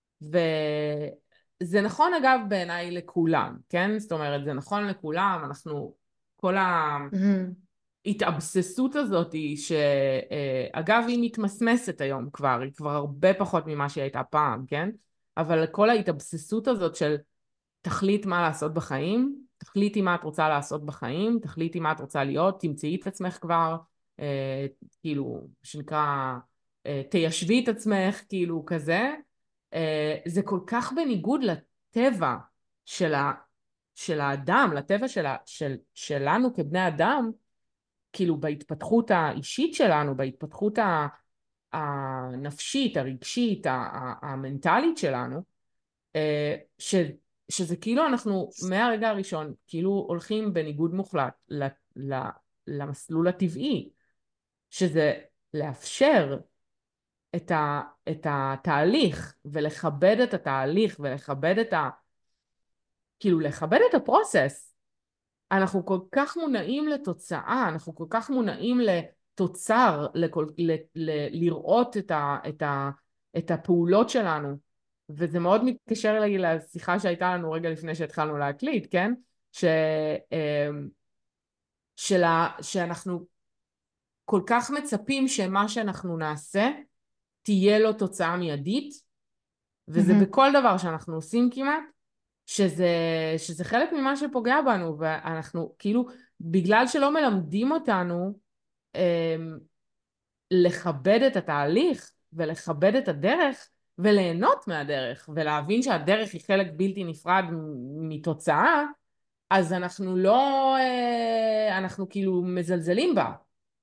וזה נכון אגב בעיניי לכולם, כן? זאת אומרת, זה נכון לכולם, אנחנו, כל Mhm. ההתאבססות הזאת היא שאגב היא מתמסמסת היום כבר, היא כבר הרבה פחות ממה שהיא הייתה פעם, כן? אבל כל ההתאבססות הזאת של תחליט מה לעשות בחיים, תחליטי מה את רוצה לעשות בחיים, תחליטי מה את רוצה להיות, תמצאי את עצמך כבר, אה, כאילו, שנקרא, אה, תיישבי את עצמך, כאילו כזה, אה, זה כל כך בניגוד לטבע של, ה, של האדם, לטבע של, ה, של, שלנו כבני אדם, כאילו בהתפתחות האישית שלנו, בהתפתחות ה, הנפשית, הרגשית, ה- ה- המנטלית שלנו, אה, ש, שזה כאילו אנחנו מהרגע הראשון כאילו הולכים בניגוד מוחלט ל, ל, למסלול הטבעי, שזה לאפשר את, ה, את התהליך ולכבד את התהליך ולכבד את ה... כאילו לכבד את הפרוסס. אנחנו כל כך מונעים לתוצאה, אנחנו כל כך מונעים ל... תוצר לכל, ל, ל, לראות את, ה, את, ה, את הפעולות שלנו. וזה מאוד מתקשר לי לשיחה שהייתה לנו רגע לפני שהתחלנו להקליט, כן? ש, אמ, שלה, שאנחנו כל כך מצפים שמה שאנחנו נעשה תהיה לו תוצאה מיידית, וזה מהמם. בכל דבר שאנחנו עושים כמעט, שזה, שזה חלק ממה שפוגע בנו, ואנחנו כאילו, בגלל שלא מלמדים אותנו אמ, לכבד את התהליך ולכבד את הדרך וליהנות מהדרך ולהבין שהדרך היא חלק בלתי נפרד מתוצאה, אז אנחנו לא, אה, אנחנו כאילו מזלזלים בה.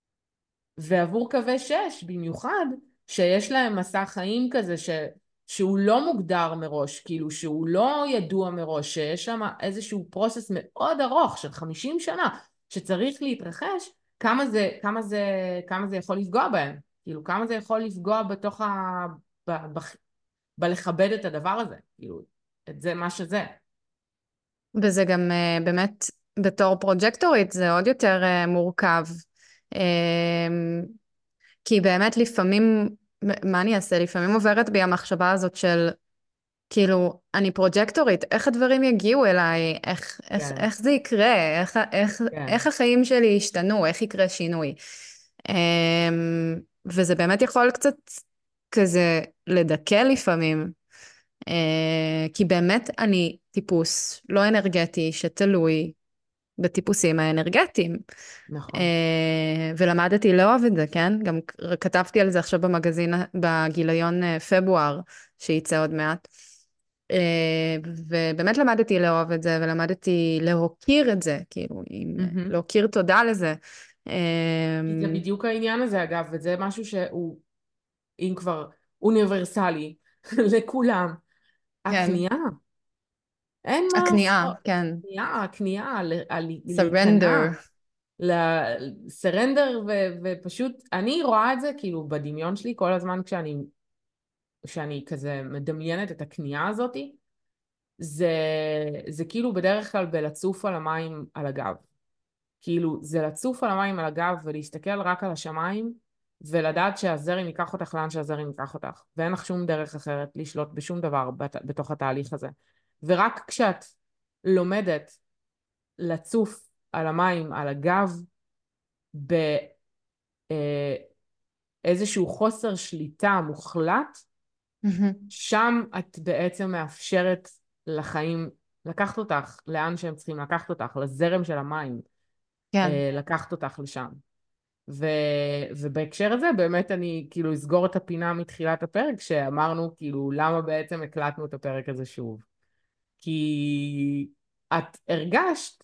ועבור קווי שש במיוחד, שיש להם מסע חיים כזה ש, שהוא לא מוגדר מראש, כאילו שהוא לא ידוע מראש, שיש שם איזשהו פרוסס מאוד ארוך של חמישים שנה, שצריך להתרחש, כמה זה, כמה זה, כמה זה יכול לפגוע בהם, כאילו כמה זה יכול לפגוע בתוך ה... ב, ב, בלכבד את הדבר הזה, כאילו, את זה מה שזה. וזה גם אה, באמת, בתור פרוג'קטורית, זה עוד יותר אה, מורכב. אמ, כי באמת לפעמים, מה אני אעשה? לפעמים עוברת בי המחשבה הזאת של, כאילו, אני פרוג'קטורית, איך הדברים יגיעו אליי? איך, איך, כן, איך זה יקרה? איך, איך, כן, איך החיים שלי ישתנו? איך יקרה שינוי? אמ, וזה באמת יכול קצת כזה לדכא לפעמים. אה, כי באמת אני טיפוס לא אנרגטי שתלוי בטיפוסים האנרגטיים. נכון. אה, ולמדתי לאהוב את זה, כן? גם כתבתי על זה עכשיו במגזין, בגיליון אה, פברואר, שייצא עוד מעט. אה, ובאמת למדתי לאהוב את זה, ולמדתי להוקיר את זה, כאילו, עם, Mm-hmm. להוקיר תודה לזה. אה, כי זה בדיוק העניין הזה אגב, וזה משהו שהוא, אם כבר אוניברסלי, לכולם. כן, הכניעה, אין מה הכניעה, לעשות. כן. הכניעה, הכניעה, ל- ה- להיכנע, surrender. לסרנדר, ופשוט, אני רואה את זה כאילו בדמיון שלי כל הזמן כשאני, כשאני כזה מדמיינת את הכניעה הזאת, זה, זה כאילו בדרך כלל בלצוף על המים על הגב. כאילו זה לצוף על המים על הגב ולהסתכל רק על השמיים ולדעת שהזרם ייקח אותך לאן שהזרם ייקח אותך, ואין לך שום דרך אחרת לשלוט בשום דבר בת, בתוך התהליך הזה. ורק כשאת לומדת לצוף על המים על הגב באיזשהו חוסר שליטה מוחלט, מהמם. שם את בעצם מאפשרת לחיים לקחת אותך לאן שהם צריכים לקחת אותך, לזרם של המים, כן, אה, לקחת אותך לשם. ו... ובהקשר הזה באמת אני כאילו אסגור את הפינה מתחילת הפרק שאמרנו כאילו למה בעצם הקלטנו את הפרק הזה שוב. כי את הרגשת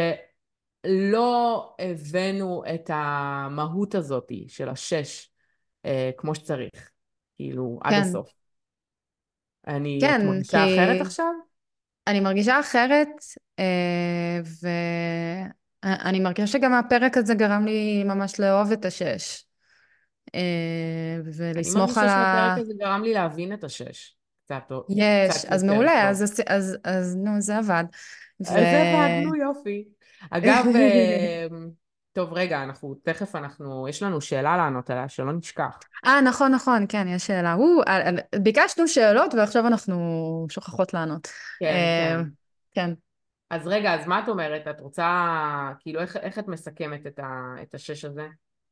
שלא הבאנו את המהות הזאת של השש אה, כמו שצריך, כאילו עד כן, הסוף. אני, את כן, כי מרגישה אחרת עכשיו? אני מרגישה אחרת, אה, ואני מרגישה שגם הפרק הזה גרם לי ממש לאהוב את השש, אה, אני ולסמוך מרגישה על שהפרק ה... הזה גרם לי להבין את השש קצת, יש, קצת אז יותר מעולה, טוב. אז, אז, אז נו, זה עבד. ו... אז עבדנו יופי. אגב, אה, טוב רגע, אנחנו תכף אנחנו, יש לנו שאלה לענות עליה, שלא נשכח. אה, נכון, נכון, כן, יש שאלה. הוא, אה, אה, ביקשנו שאלות ועכשיו אנחנו שוכחות לענות. כן, אה, כן. כן. אז רגע, אז מה את אומרת? את רוצה, כאילו, איך, איך את מסכמת את ה, את השש הזה?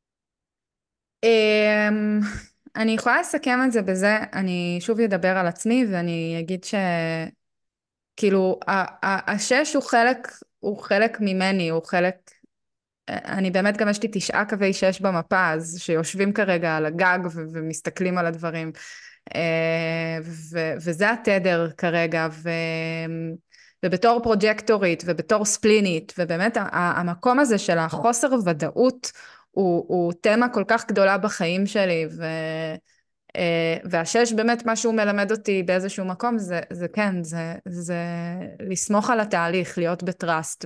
אמ, אני יכולה לסכם את זה בזה, אני שוב אדבר על עצמי ואני אגיד שכאילו ה- ה- השש הוא חלק, הוא חלק ממני, הוא חלק, אני באמת גם יש לי תשעה קווי שש במפה, אז שיושבים כרגע על הגג ו- ומסתכלים על הדברים, אה, ו- וזה התדר כרגע, ו- ובתור פרוג'קטורית ובתור ספלינית, ובאמת ה- ה- המקום הזה של החוסר ודאות הוא, הוא תמה כל כך גדולה בחיים שלי, ו... אה, והשש באמת מה שהוא מלמד אותי באיזשהו מקום זה, זה כן, זה, זה לסמוך על התהליך, להיות בטראסט,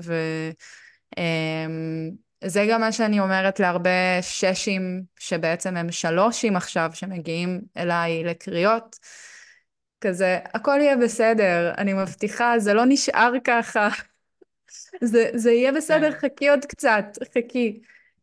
וזה גם מה שאני אומרת להרבה ששים שבעצם הם שלושים עכשיו שמגיעים אליי לקריאות, כזה הכל יהיה בסדר, אני מבטיחה, זה לא נשאר ככה, זה, זה יהיה בסדר, כן. חכי עוד קצת, חכי.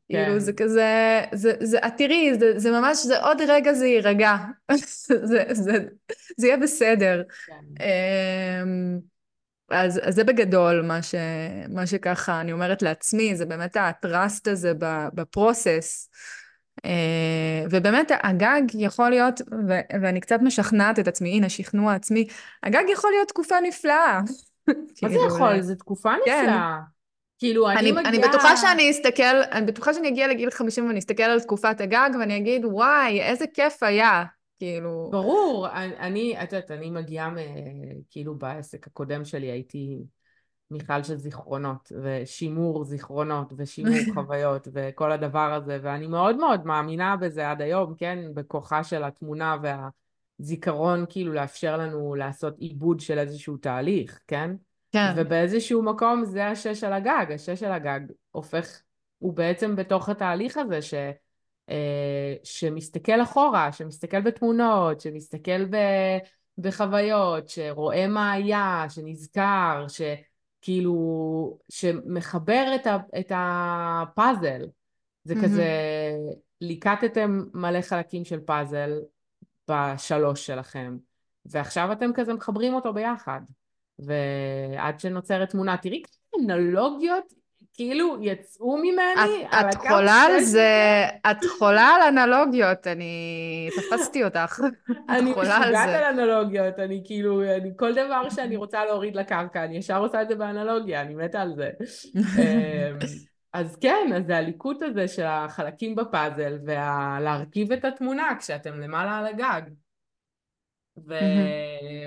כאילו זה כן, כזה, זה, זה, את תראי, זה, זה ממש, זה עוד רגע זה יירגע. זה, זה, זה יהיה בסדר. כן. אמ, אז, אז זה בגדול מה ש, מה שככה אני אומרת לעצמי, זה באמת הטראסט הזה בפרוסס. אה, ובאמת הגג יכול להיות, ו, ואני קצת משכנעת את עצמי, הנה שכנוע עצמי, הגג יכול להיות תקופה נפלאה. מה זה כאילו, ל... יכול? זו תקופה כן. נפלאה. כאילו, אני אני, אני בטוחה מגיעה... שאני אסתכל, אני בטוחה שאני אגיע לגיל חמישים ואני אסתכל על תקופת הגג ואני אגיד, וואי, איזה כיף היה. כאילו, ברור, אני, אני- את יודעת, אני מגיעה מ... כאילו בעסק הקודם שלי הייתי מיכל של זיכרונות, ושימור זיכרונות, ושימור חוויות, וכל הדבר הזה, ואני מאוד מאוד מאמינה בזה עד היום, כן? בכוחה של התמונה והזיכרון, כאילו לאפשר לנו לעשות עיבוד של איזשהו תהליך, כן? כן. ובאיזשהו מקום זה השש על הגג, השש על הגג הופך, הוא בעצם בתוך התהליך הזה ש... אה, שמסתכל אחורה, שמסתכל בתמונות, שמסתכל ב... בחוויות, שרואה מה היה, שנזכר, שכאילו, שמחבר את, ה... את הפאזל. זה כזה, מהמם. ליקטתם מלא חלקים של פאזל בשלוש שלכם, ועכשיו אתם כזה מחברים אותו ביחד. ועד שנוצרת תמונה, תראי כמה אנלוגיות כאילו יצאו את, ממני על את הקו חולה על שש זה, הזה. את חולה על אנלוגיות, אני תפסתי אותך. את אני חולה על משוגעת זה. על אנלוגיות, אני כאילו, אני, כל דבר שאני רוצה להוריד לקרקע, אני ישר עושה את זה באנלוגיה, אני מתה על זה. אמ, אז כן, אז זה הליקוט הזה של החלקים בפאזל, ולהרכיב את התמונה כשאתם למעלה על הגג. ו... מהמם.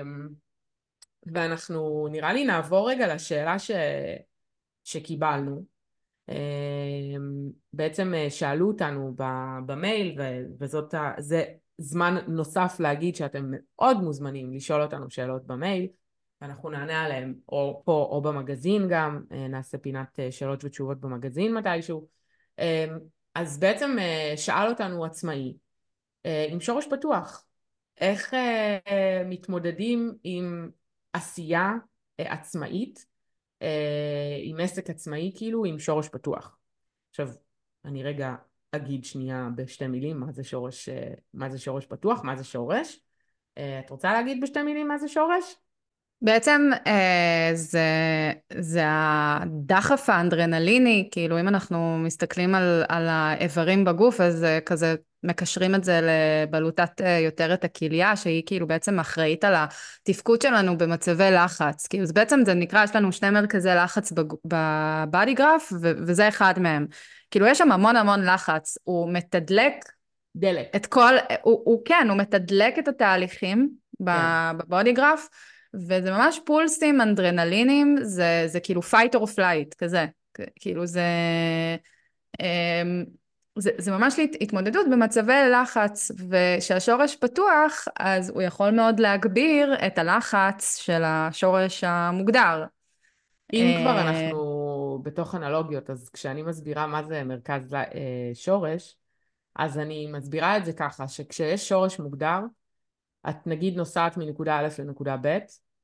ואנחנו, נראה לי, נעבור רגע לשאלה ש... שקיבלנו. אמ, בעצם אה, שאלו אותנו ב- במייל, ו- וזאת ה- זה זמן נוסף להגיד שאתם מאוד מוזמנים לשאול אותנו שאלות במייל, ואנחנו נענה עליהם או פה או במגזין גם, אה, נעשה פינת אה, שאלות ותשובות במגזין מתישהו. אמ, אז בעצם אה, שאל אותנו עצמאי, אה, עם שורש פתוח, איך אה, אה, מתמודדים עם עשייה אה, עצמאית, אה, עם עסק עצמאי כאילו, עם שורש פתוח. עכשיו, אני רגע אגיד שנייה בשתי מילים מה זה שורש, אה, מה זה שורש פתוח, מה זה שורש. אה, את רוצה להגיד בשתי מילים מה זה שורש? בעצם אה, זה, זה הדחף האנדרנליני, כאילו אם אנחנו מסתכלים על, על האיברים בגוף, אז אה, כזה מקשרים את זה לבלוטת אה, יותר את הכליה, שהיא כאילו בעצם אחראית על התפקוד שלנו במצבי לחץ. כאילו זה בעצם זה נקרא, יש לנו שני מרכזי לחץ בבאדי גרף, וזה אחד מהם. כאילו יש שם המון המון לחץ, הוא מתדלק דלק. את כל, הוא, הוא כן, הוא מתדלק את התהליכים כן. בבודי גרף, וזה ממש פולסים, אנדרנלינים, זה, זה כאילו fight or flight, כזה. כאילו זה, אמ, זה, זה ממש התמודדות במצבי לחץ, וכשהשורש פתוח, אז הוא יכול מאוד להגביר את הלחץ של השורש המוגדר. אם כבר אה, אנחנו בתוך אנלוגיות, אז כשאני מסבירה מה זה מרכז ל- אה, שורש, אז אני מסבירה את זה ככה, שכשיש שורש מוגדר, את נגיד נוסעת מנקודה א' לנקודה ב',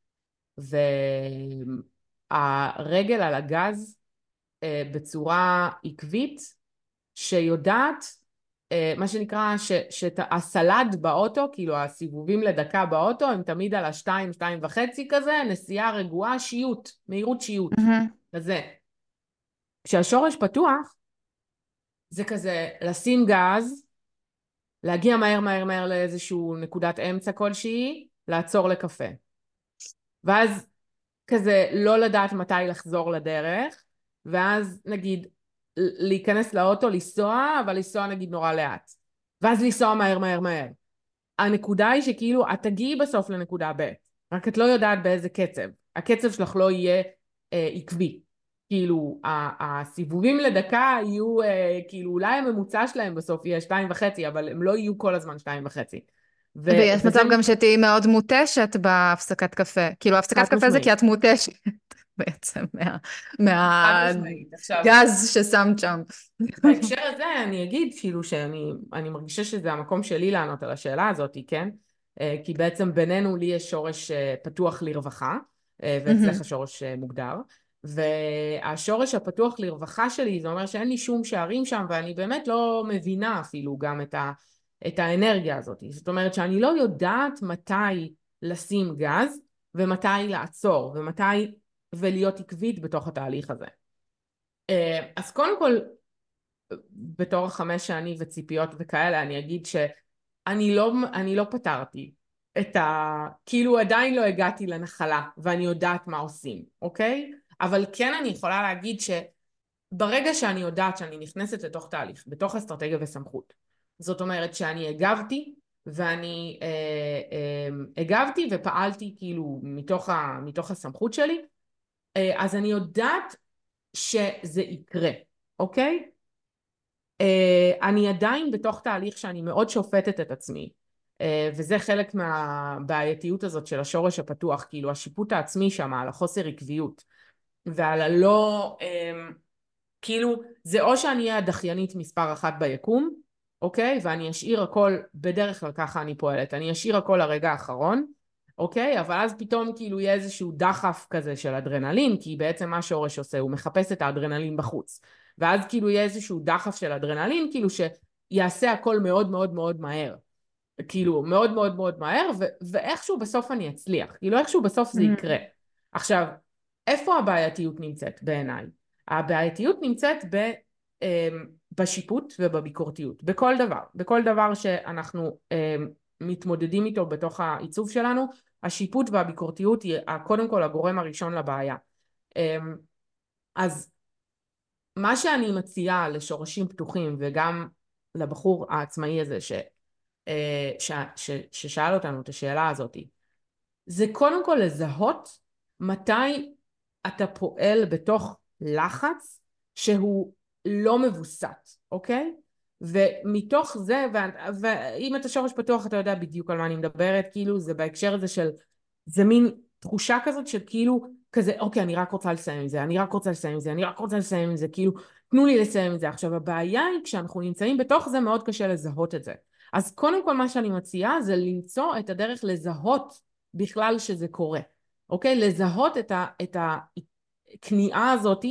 והרגל על הגז אה, בצורה עקבית, שיודעת, אה, מה שנקרא, ש, שהסלד באוטו, כאילו הסיבובים לדקה באוטו, הם תמיד על השתיים, שתיים וחצי כזה, נסיעה רגועה, שיוט, מהירות שיוט, מהמם, כזה. כשהשורש פתוח, זה כזה לשים גז, להגיע מהר מהר מהר לאיזשהו נקודת אמצע כלשהי, לעצור לקפה. ואז כזה לא לדעת מתי לחזור לדרך, ואז נגיד להיכנס לאוטו, לנסוע, אבל לנסוע נגיד נורא לאט. ואז לנסוע מהר מהר מהר. הנקודה היא שכאילו את תגיעי בסוף לנקודה ב', רק את לא יודעת באיזה קצב. הקצב שלך לא יהיה אה, עקבי. כאילו הסיבובים לדקה יהיו, אה, כאילו אולי הממוצע שלהם בסוף יהיה שתיים וחצי, אבל הם לא יהיו כל הזמן שתיים וחצי. ו- ויש וזה מצב גם שתהיי מאוד מותשת בהפסקת קפה. כאילו, חד הפסקת קפה זה כי משמעית. את מותשת בעצם מה, חד משמעית. עכשיו, מהגז ששמת שם. בהקשר הזה אני אגיד כאילו שאני אני מרגישה שזה המקום שלי לענות על השאלה הזאת, כן? אה, כי בעצם בינינו לי יש שורש אה, פתוח לרווחה, אה, ואצלך מהמם, השורש אה, מוגדר. והשורש הפתוח לרווחה שלי, זה אומר שאין לי שום שערים שם, ואני באמת לא מבינה אפילו גם את, ה, את האנרגיה הזאת. זאת אומרת שאני לא יודעת מתי לשים גז, ומתי לעצור, ומתי ולהיות עקבית בתוך התהליך הזה. אז קודם כל, בתור החמש שאני וציפיות וכאלה, אני אגיד שאני לא, אני לא פתרתי את ה... כאילו עדיין לא הגעתי לנחלה, ואני יודעת מה עושים, אוקיי? אבל כן אני יכולה להגיד שברגע שאני יודעת שאני נכנסת לתוך תהליך, בתוך אסטרטגיה וסמכות, זאת אומרת שאני הגבתי, ואני אה, אה, הגבתי ופעלתי כאילו מתוך, ה, מתוך הסמכות שלי, אה, אז אני יודעת שזה יקרה, אוקיי? אני עדיין בתוך תהליך שאני מאוד שופטת את עצמי, וזה חלק מהבעייתיות הזאת של השורש הפתוח, כאילו השיפוט העצמי שם על החוסר עקביות ועל הלא, כאילו זה או שאני אהיה הדחיינית מספר אחת ביקום, אוקיי? ואני אשאיר הכל, בדרך כלל ככה אני פועלת, אני אשאיר הכל לרגע האחרון, אוקיי? אבל אז פתאום כאילו יהיה איזשהו דחף כזה של אדרנלין, כי בעצם מה שורש עושה, הוא מחפש את האדרנלין בחוץ. ואז כאילו יהיה איזשהו דחף של אדרנלין, כאילו שיעשה הכל מאוד מאוד מאוד מהר. כאילו מאוד מאוד מאוד מהר, ו- ואיכשהו בסוף אני אצליח. כאילו איכשהו בסוף זה יקרה. עכשיו, איפה הבעייתיות נמצאת בעיניי? הבעייתיות נמצאת ב, בשיפוט ובביקורתיות. בכל דבר. בכל דבר שאנחנו מתמודדים איתו בתוך העיצוב שלנו, השיפוט והביקורתיות היא קודם כל הגורם הראשון לבעיה. אז מה שאני מציעה לשורשים פתוחים וגם לבחור העצמאי הזה ש, ש, ש, ששאל אותנו את השאלה הזאת, זה קודם כל לזהות מתי אתה פועל בתוך לחץ שהוא לא מבוסת, אוקיי? ומתוך זה, ואם אתה שורש פתוח אתה יודע בדיוק על מה אני מדברת, כאילו זה בהקשר הזה של, זה מין תחושה כזאת של כאילו, כזה, אוקיי, אני רק רוצה לסיים עם זה, אני רק רוצה לסיים עם זה, אני רק רוצה לסיים עם זה, כאילו, תנו לי לסיים עם זה. עכשיו, הבעיה היא, כשאנחנו נמצאים בתוך זה, מאוד קשה לזהות את זה. אז קודם כל מה שאני מציעה, זה למצוא את הדרך לזהות בכלל שזה קורה. אוקיי? לזהות את ה, את הכניעה הזאת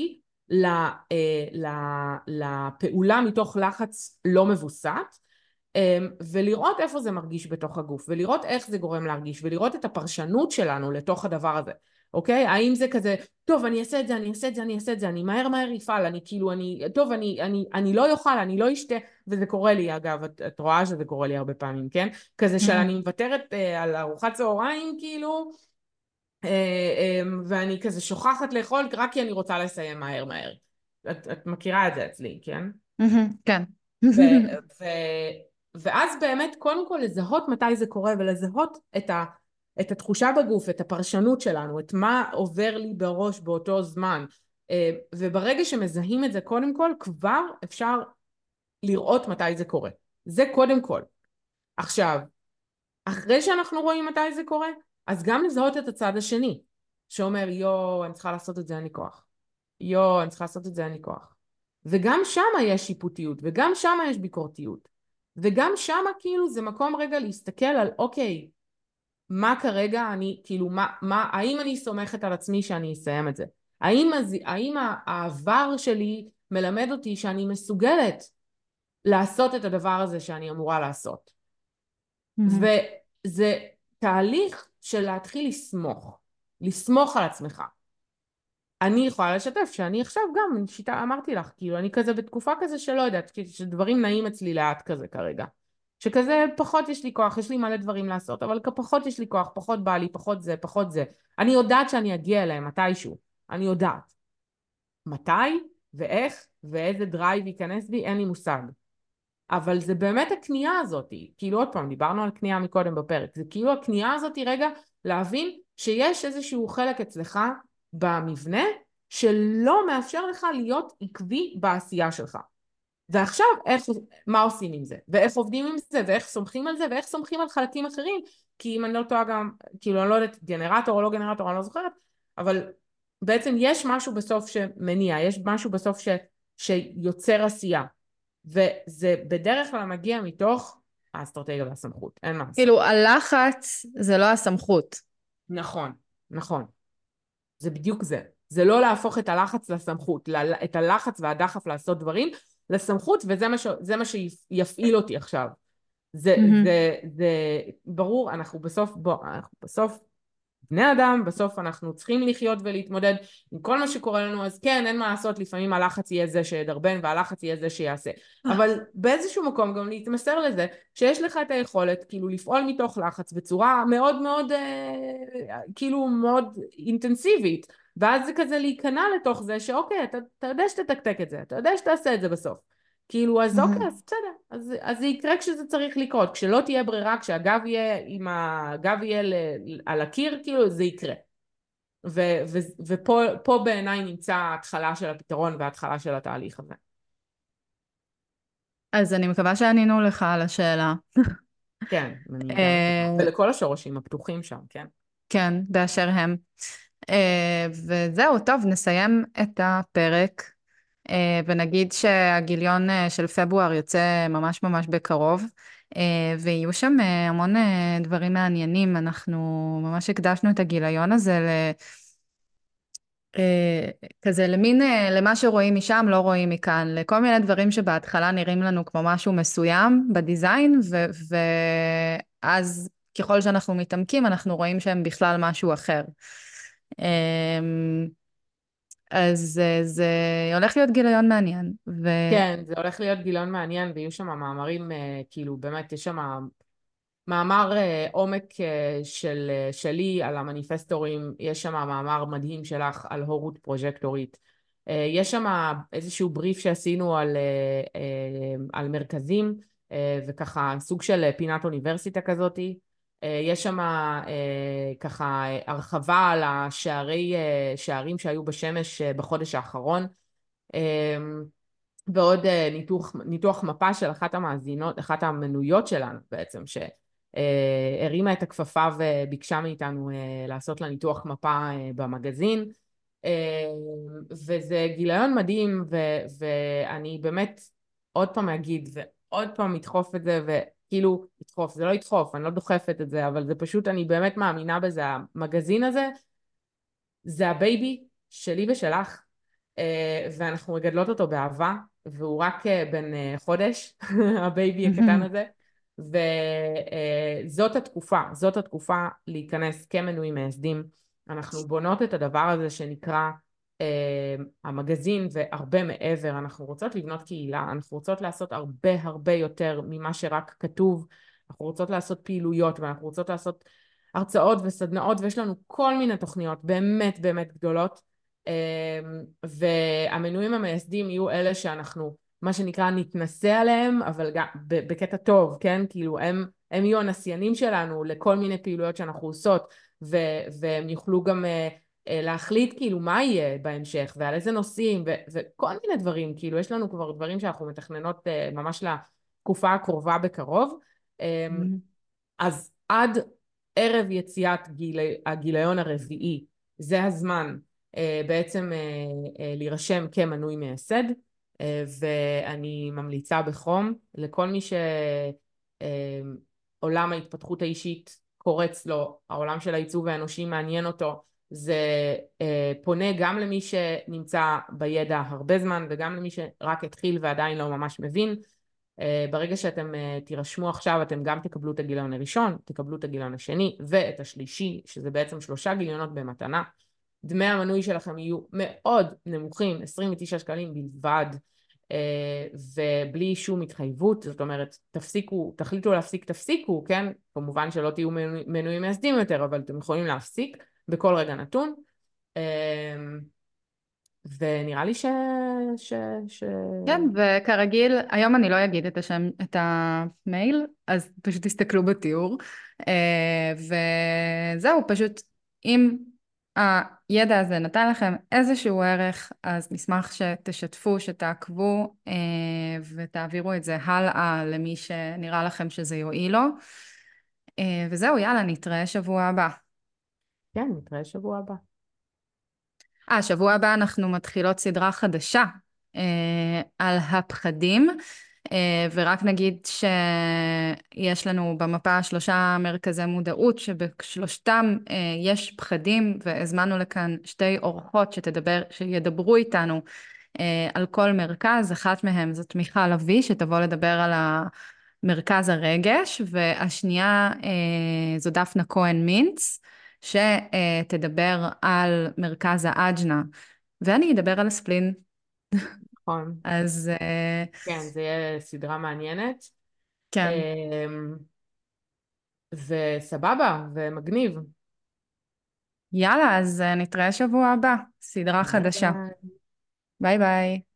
לפעולה מתוך לחץ לא מבוסת, ולראות איפה זה מרגיש בתוך הגוף, ולראות איך זה גורם להרגיש, ולראות את הפרשנות שלנו לתוך הדבר הזה. אוקיי? האם זה כזה, טוב, אני אעשה את זה, אני אעשה את זה, אני אעשה את זה, אני מהר מהר יפעל, אני כאילו, אני, טוב, אני, אני, אני לא יאכל, אני לא אשתה, וזה קורה לי, אגב, את, את רואה שזה קורה לי הרבה פעמים, כן? כזה שאני מוותרת אה, על ארוחת צהריים, כאילו, אה, אה, ואני כזה שוכחת לאכול, רק כי אני רוצה לסיים מהר מהר. את, את מכירה את זה אצלי, כן? כן. ו, ו, ואז באמת, קודם כל, לזהות מתי זה קורה, ולזהות את ה... את התחושה בגוף, את הפרשנות שלנו, את מה עובר לי בראש באותו זמן. וברגע שמזהים את זה קודם כל, כבר אפשר לראות מתי זה קורה. זה קודם כל. עכשיו, אחרי שאנחנו רואים מתי זה קורה, אז גם לזהות את הצד השני, שאומר, יו, אני צריכה לעשות את זה, אין לי כוח. יו, אני צריכה לעשות את זה, אין לי כוח. וגם שם יש שיפוטיות, וגם שם יש ביקורתיות. וגם שם כאילו זה מקום רגע להסתכל על, אוקיי, מה כרגע אני, כאילו, מה, מה, האם אני סומכת על עצמי שאני אסיים את זה? האם, האם העבר שלי מלמד אותי שאני מסוגלת לעשות את הדבר הזה שאני אמורה לעשות? וזה תהליך של להתחיל לסמוך, לסמוך על עצמך. אני יכולה לשתף שאני עכשיו גם, שיטה, אמרתי לך, כאילו, אני כזה בתקופה כזה שלא יודעת, שדברים נעים אצלי לאט כזה כרגע. שכזה פחות יש לי כוח, יש לי מלא דברים לעשות, אבל פחות יש לי כוח, פחות בא לי, פחות זה, פחות זה. אני יודעת שאני אגיע אליהם מתישהו, אני יודעת. מתי ואיך ואיזה דרייב ייכנס בי, אין לי מושג. אבל זה באמת הקנייה הזאת, כאילו עוד פעם, דיברנו על קנייה מקודם בפרק, זה כאילו הקנייה הזאת רגע להבין שיש איזשהו חלק אצלך במבנה שלא מאפשר לך להיות עקבי בעשייה שלך. ועכשיו, איך, מה עושים עם זה? ואיך עובדים עם זה? ואיך סומכים על זה? ואיך סומכים על חלקים אחרים? כי אם אני לא טועה גם, כאילו אני לא יודעת, גנרטור או לא גנרטור, אני לא זוכרת, אבל בעצם יש משהו בסוף שמניע, יש משהו בסוף ש, שיוצר עשייה. וזה בדרך כלל מגיע מתוך האסטרטגיה והסמכות, אין מה לעשות. כאילו, הלחץ זה לא הסמכות. נכון, נכון. זה בדיוק זה. זה לא להפוך את הלחץ לסמכות, את הלחץ והדחף לעשות דברים לסמכות, וזה מה, ש... זה מה שיפעיל אותי עכשיו. זה, מהמם. זה, זה ברור, אנחנו בסוף, בוא, אנחנו בסוף בני אדם, בסוף אנחנו צריכים לחיות ולהתמודד עם כל מה שקורה לנו, אז כן, אין מה לעשות, לפעמים הלחץ יהיה זה שידרבן והלחץ יהיה זה שיעשה. אבל באיזשהו מקום גם להתמסר לזה, שיש לך את היכולת כאילו לפעול מתוך לחץ בצורה מאוד מאוד, אה, כאילו מאוד אינטנסיבית, ואז זה כזה להיכנע לתוך זה שאוקיי, אתה, אתה יודע שתתקתק את זה, אתה יודע שתעשה את זה בסוף. כאילו, אז אוקיי, מהמם. אז בסדר, אז, אז זה יקרה כשזה צריך לקרות, כשלא תהיה ברירה, כשהגב יהיה, עם הגב יהיה ל, על הקיר, כאילו זה יקרה. ו, ו, ופה פה בעיניי נמצא ההתחלה של הפתרון וההתחלה של התהליך הזה. אז אני מקווה שענינו לך על השאלה. כן, אני גם מקווה. אה, ולכל השורשים הפתוחים שם, כן? כן, באשר הם. אה, וזהו, טוב, נסיים את הפרק, אה, ונגיד שהגיליון אה, של פברואר יוצא ממש ממש בקרוב, אה, ויהיו שם אה, המון אה, דברים מעניינים. אנחנו ממש הקדשנו את הגיליון הזה אה, כזה למין, אה, למה שרואים משם לא רואים מכאן, לכל מיני דברים שבהתחלה נראים לנו כמו משהו מסוים בדיזיין, ו- ואז ככל שאנחנו מתעמקים אנחנו רואים שהם בכלל משהו אחר. אמ, אז אה, זה הולך להיות גיליון מעניין. ו... כן, זה הולך להיות גיליון מעניין, ויהיו שם מאמרים, אה, כאילו, באמת, יש שם מאמר אה, עומק אה, של, אה, שלי על המניפסטורים, יש שם מאמר מדהים שלך על הורות פרוז'קטורית. אה, יש שם איזשהו בריף שעשינו על, אה, אה, על מרכזים, אה, וככה סוג של פינת אוניברסיטה כזאתי. אה, יש שם אה, ככה הרחבה על השערי, אה, שערים שהיו בשמש אה, בחודש האחרון. אה, ועוד אה, ניתוח, ניתוח מפה של אחת המאזינות, אחת המנויות שלנו בעצם, שהרימה את הכפפה וביקשה מאיתנו אה, לעשות לה ניתוח מפה אה, במגזין. אה, וזה גיליון מדהים, ו- ואני באמת עוד פעם אגיד, ועוד פעם אדחוף את זה, וכאילו, אדחוף, זה לא אדחוף, אני לא דוחפת את זה, אבל זה פשוט, אני באמת מאמינה בזה, המגזין הזה, זה הבייבי שלי ושלך, אה, ואנחנו מגדלות אותו באהבה, והוא רק אה, בן אה, חודש, הבייבי הקטן הזה, וזאת התקופה, זאת התקופה להיכנס כמנויים מייסדים. אנחנו בונות את הדבר הזה שנקרא אה, המגזין והרבה מעבר, אנחנו רוצות לבנות קהילה, אנחנו רוצות לעשות הרבה הרבה יותר ממה שרק כתוב, אנחנו רוצות לעשות פעילויות ואנחנו רוצות לעשות הרצאות וסדנאות, ויש לנו כל מיני תוכניות באמת באמת גדולות, והמנויים המייסדים יהיו אלה שאנחנו מה שנקרא נתנסה עליהם, אבל גם בקטע טוב, כן? כאילו הם, הם יהיו הנסיינים שלנו לכל מיני פעילויות שאנחנו עושות, ו, והם יוכלו גם uh, uh, להחליט כאילו מה יהיה בהמשך, ועל איזה נושאים, ו, וכל מיני דברים, כאילו יש לנו כבר דברים שאנחנו מתכננות uh, ממש לתקופה הקרובה בקרוב. Um, אז עד ערב יציאת גיל, הגיליון הרביעי, זה הזמן אה, בעצם אה, אה, להירשם כמנוי מייסד, אה, ואני ממליצה בחום לכל מי שעולם ההתפתחות האישית קורץ לו, העולם של העיצוב האנושי מעניין אותו, זה אה, פונה גם למי שנמצא בידע הרבה זמן וגם למי שרק התחיל ועדיין לא ממש מבין. Uh, ברגע שאתם uh, תירשמו עכשיו, אתם גם תקבלו את הגיליון הראשון, תקבלו את הגיליון השני ואת השלישי, שזה בעצם שלושה גיליונות במתנה. דמי המנוי שלכם יהיו מאוד נמוכים, עשרים ותשעה שקלים בלבד, uh, ובלי שום התחייבות, זאת אומרת, תפסיקו, תחליטו להפסיק, תפסיקו, כן? כמובן שלא תהיו מנוי, מנויים מייסדים יותר, אבל אתם יכולים להפסיק בכל רגע נתון. Uh, ונראה לי ש... ש... ש... כן, וכרגיל, היום אני לא אגיד את השם, את המייל, אז פשוט תסתכלו בתיאור. אה, וזהו, פשוט אם הידע הזה נתן לכם איזשהו ערך, אז נשמח שתשתפו, שתעקבו, אה, ותעבירו את זה הלאה למי שנראה לכם שזה יועיל לו. אה, וזהו, יאללה, נתראה שבוע הבא. כן, נתראה שבוע הבא. אה, שבוע הבא אנחנו מתחילות סדרה חדשה אה, על הפחדים. אה, ורק נגיד שיש לנו במפה שלושה מרכזי מודעות, שבשלושתם אה, יש פחדים, והזמנו לכאן שתי אורחות שתדבר, שידברו איתנו אה, על כל מרכז. אחת מהן זאת מיכל אבי, שתבוא לדבר על מרכז הרגש, והשנייה אה, זו דפנה כהן מינץ, שתדבר על מרכז האג'נה, ואני אדבר על הספלין. נכון. אז אה, כן, זה יהיה סדרה מעניינת. כן, אמ, וסבבה, ומגניב. יאללה, אז אה, נתראה שבוע הבא, סדרה ביי חדשה. ביי. ביי ביי.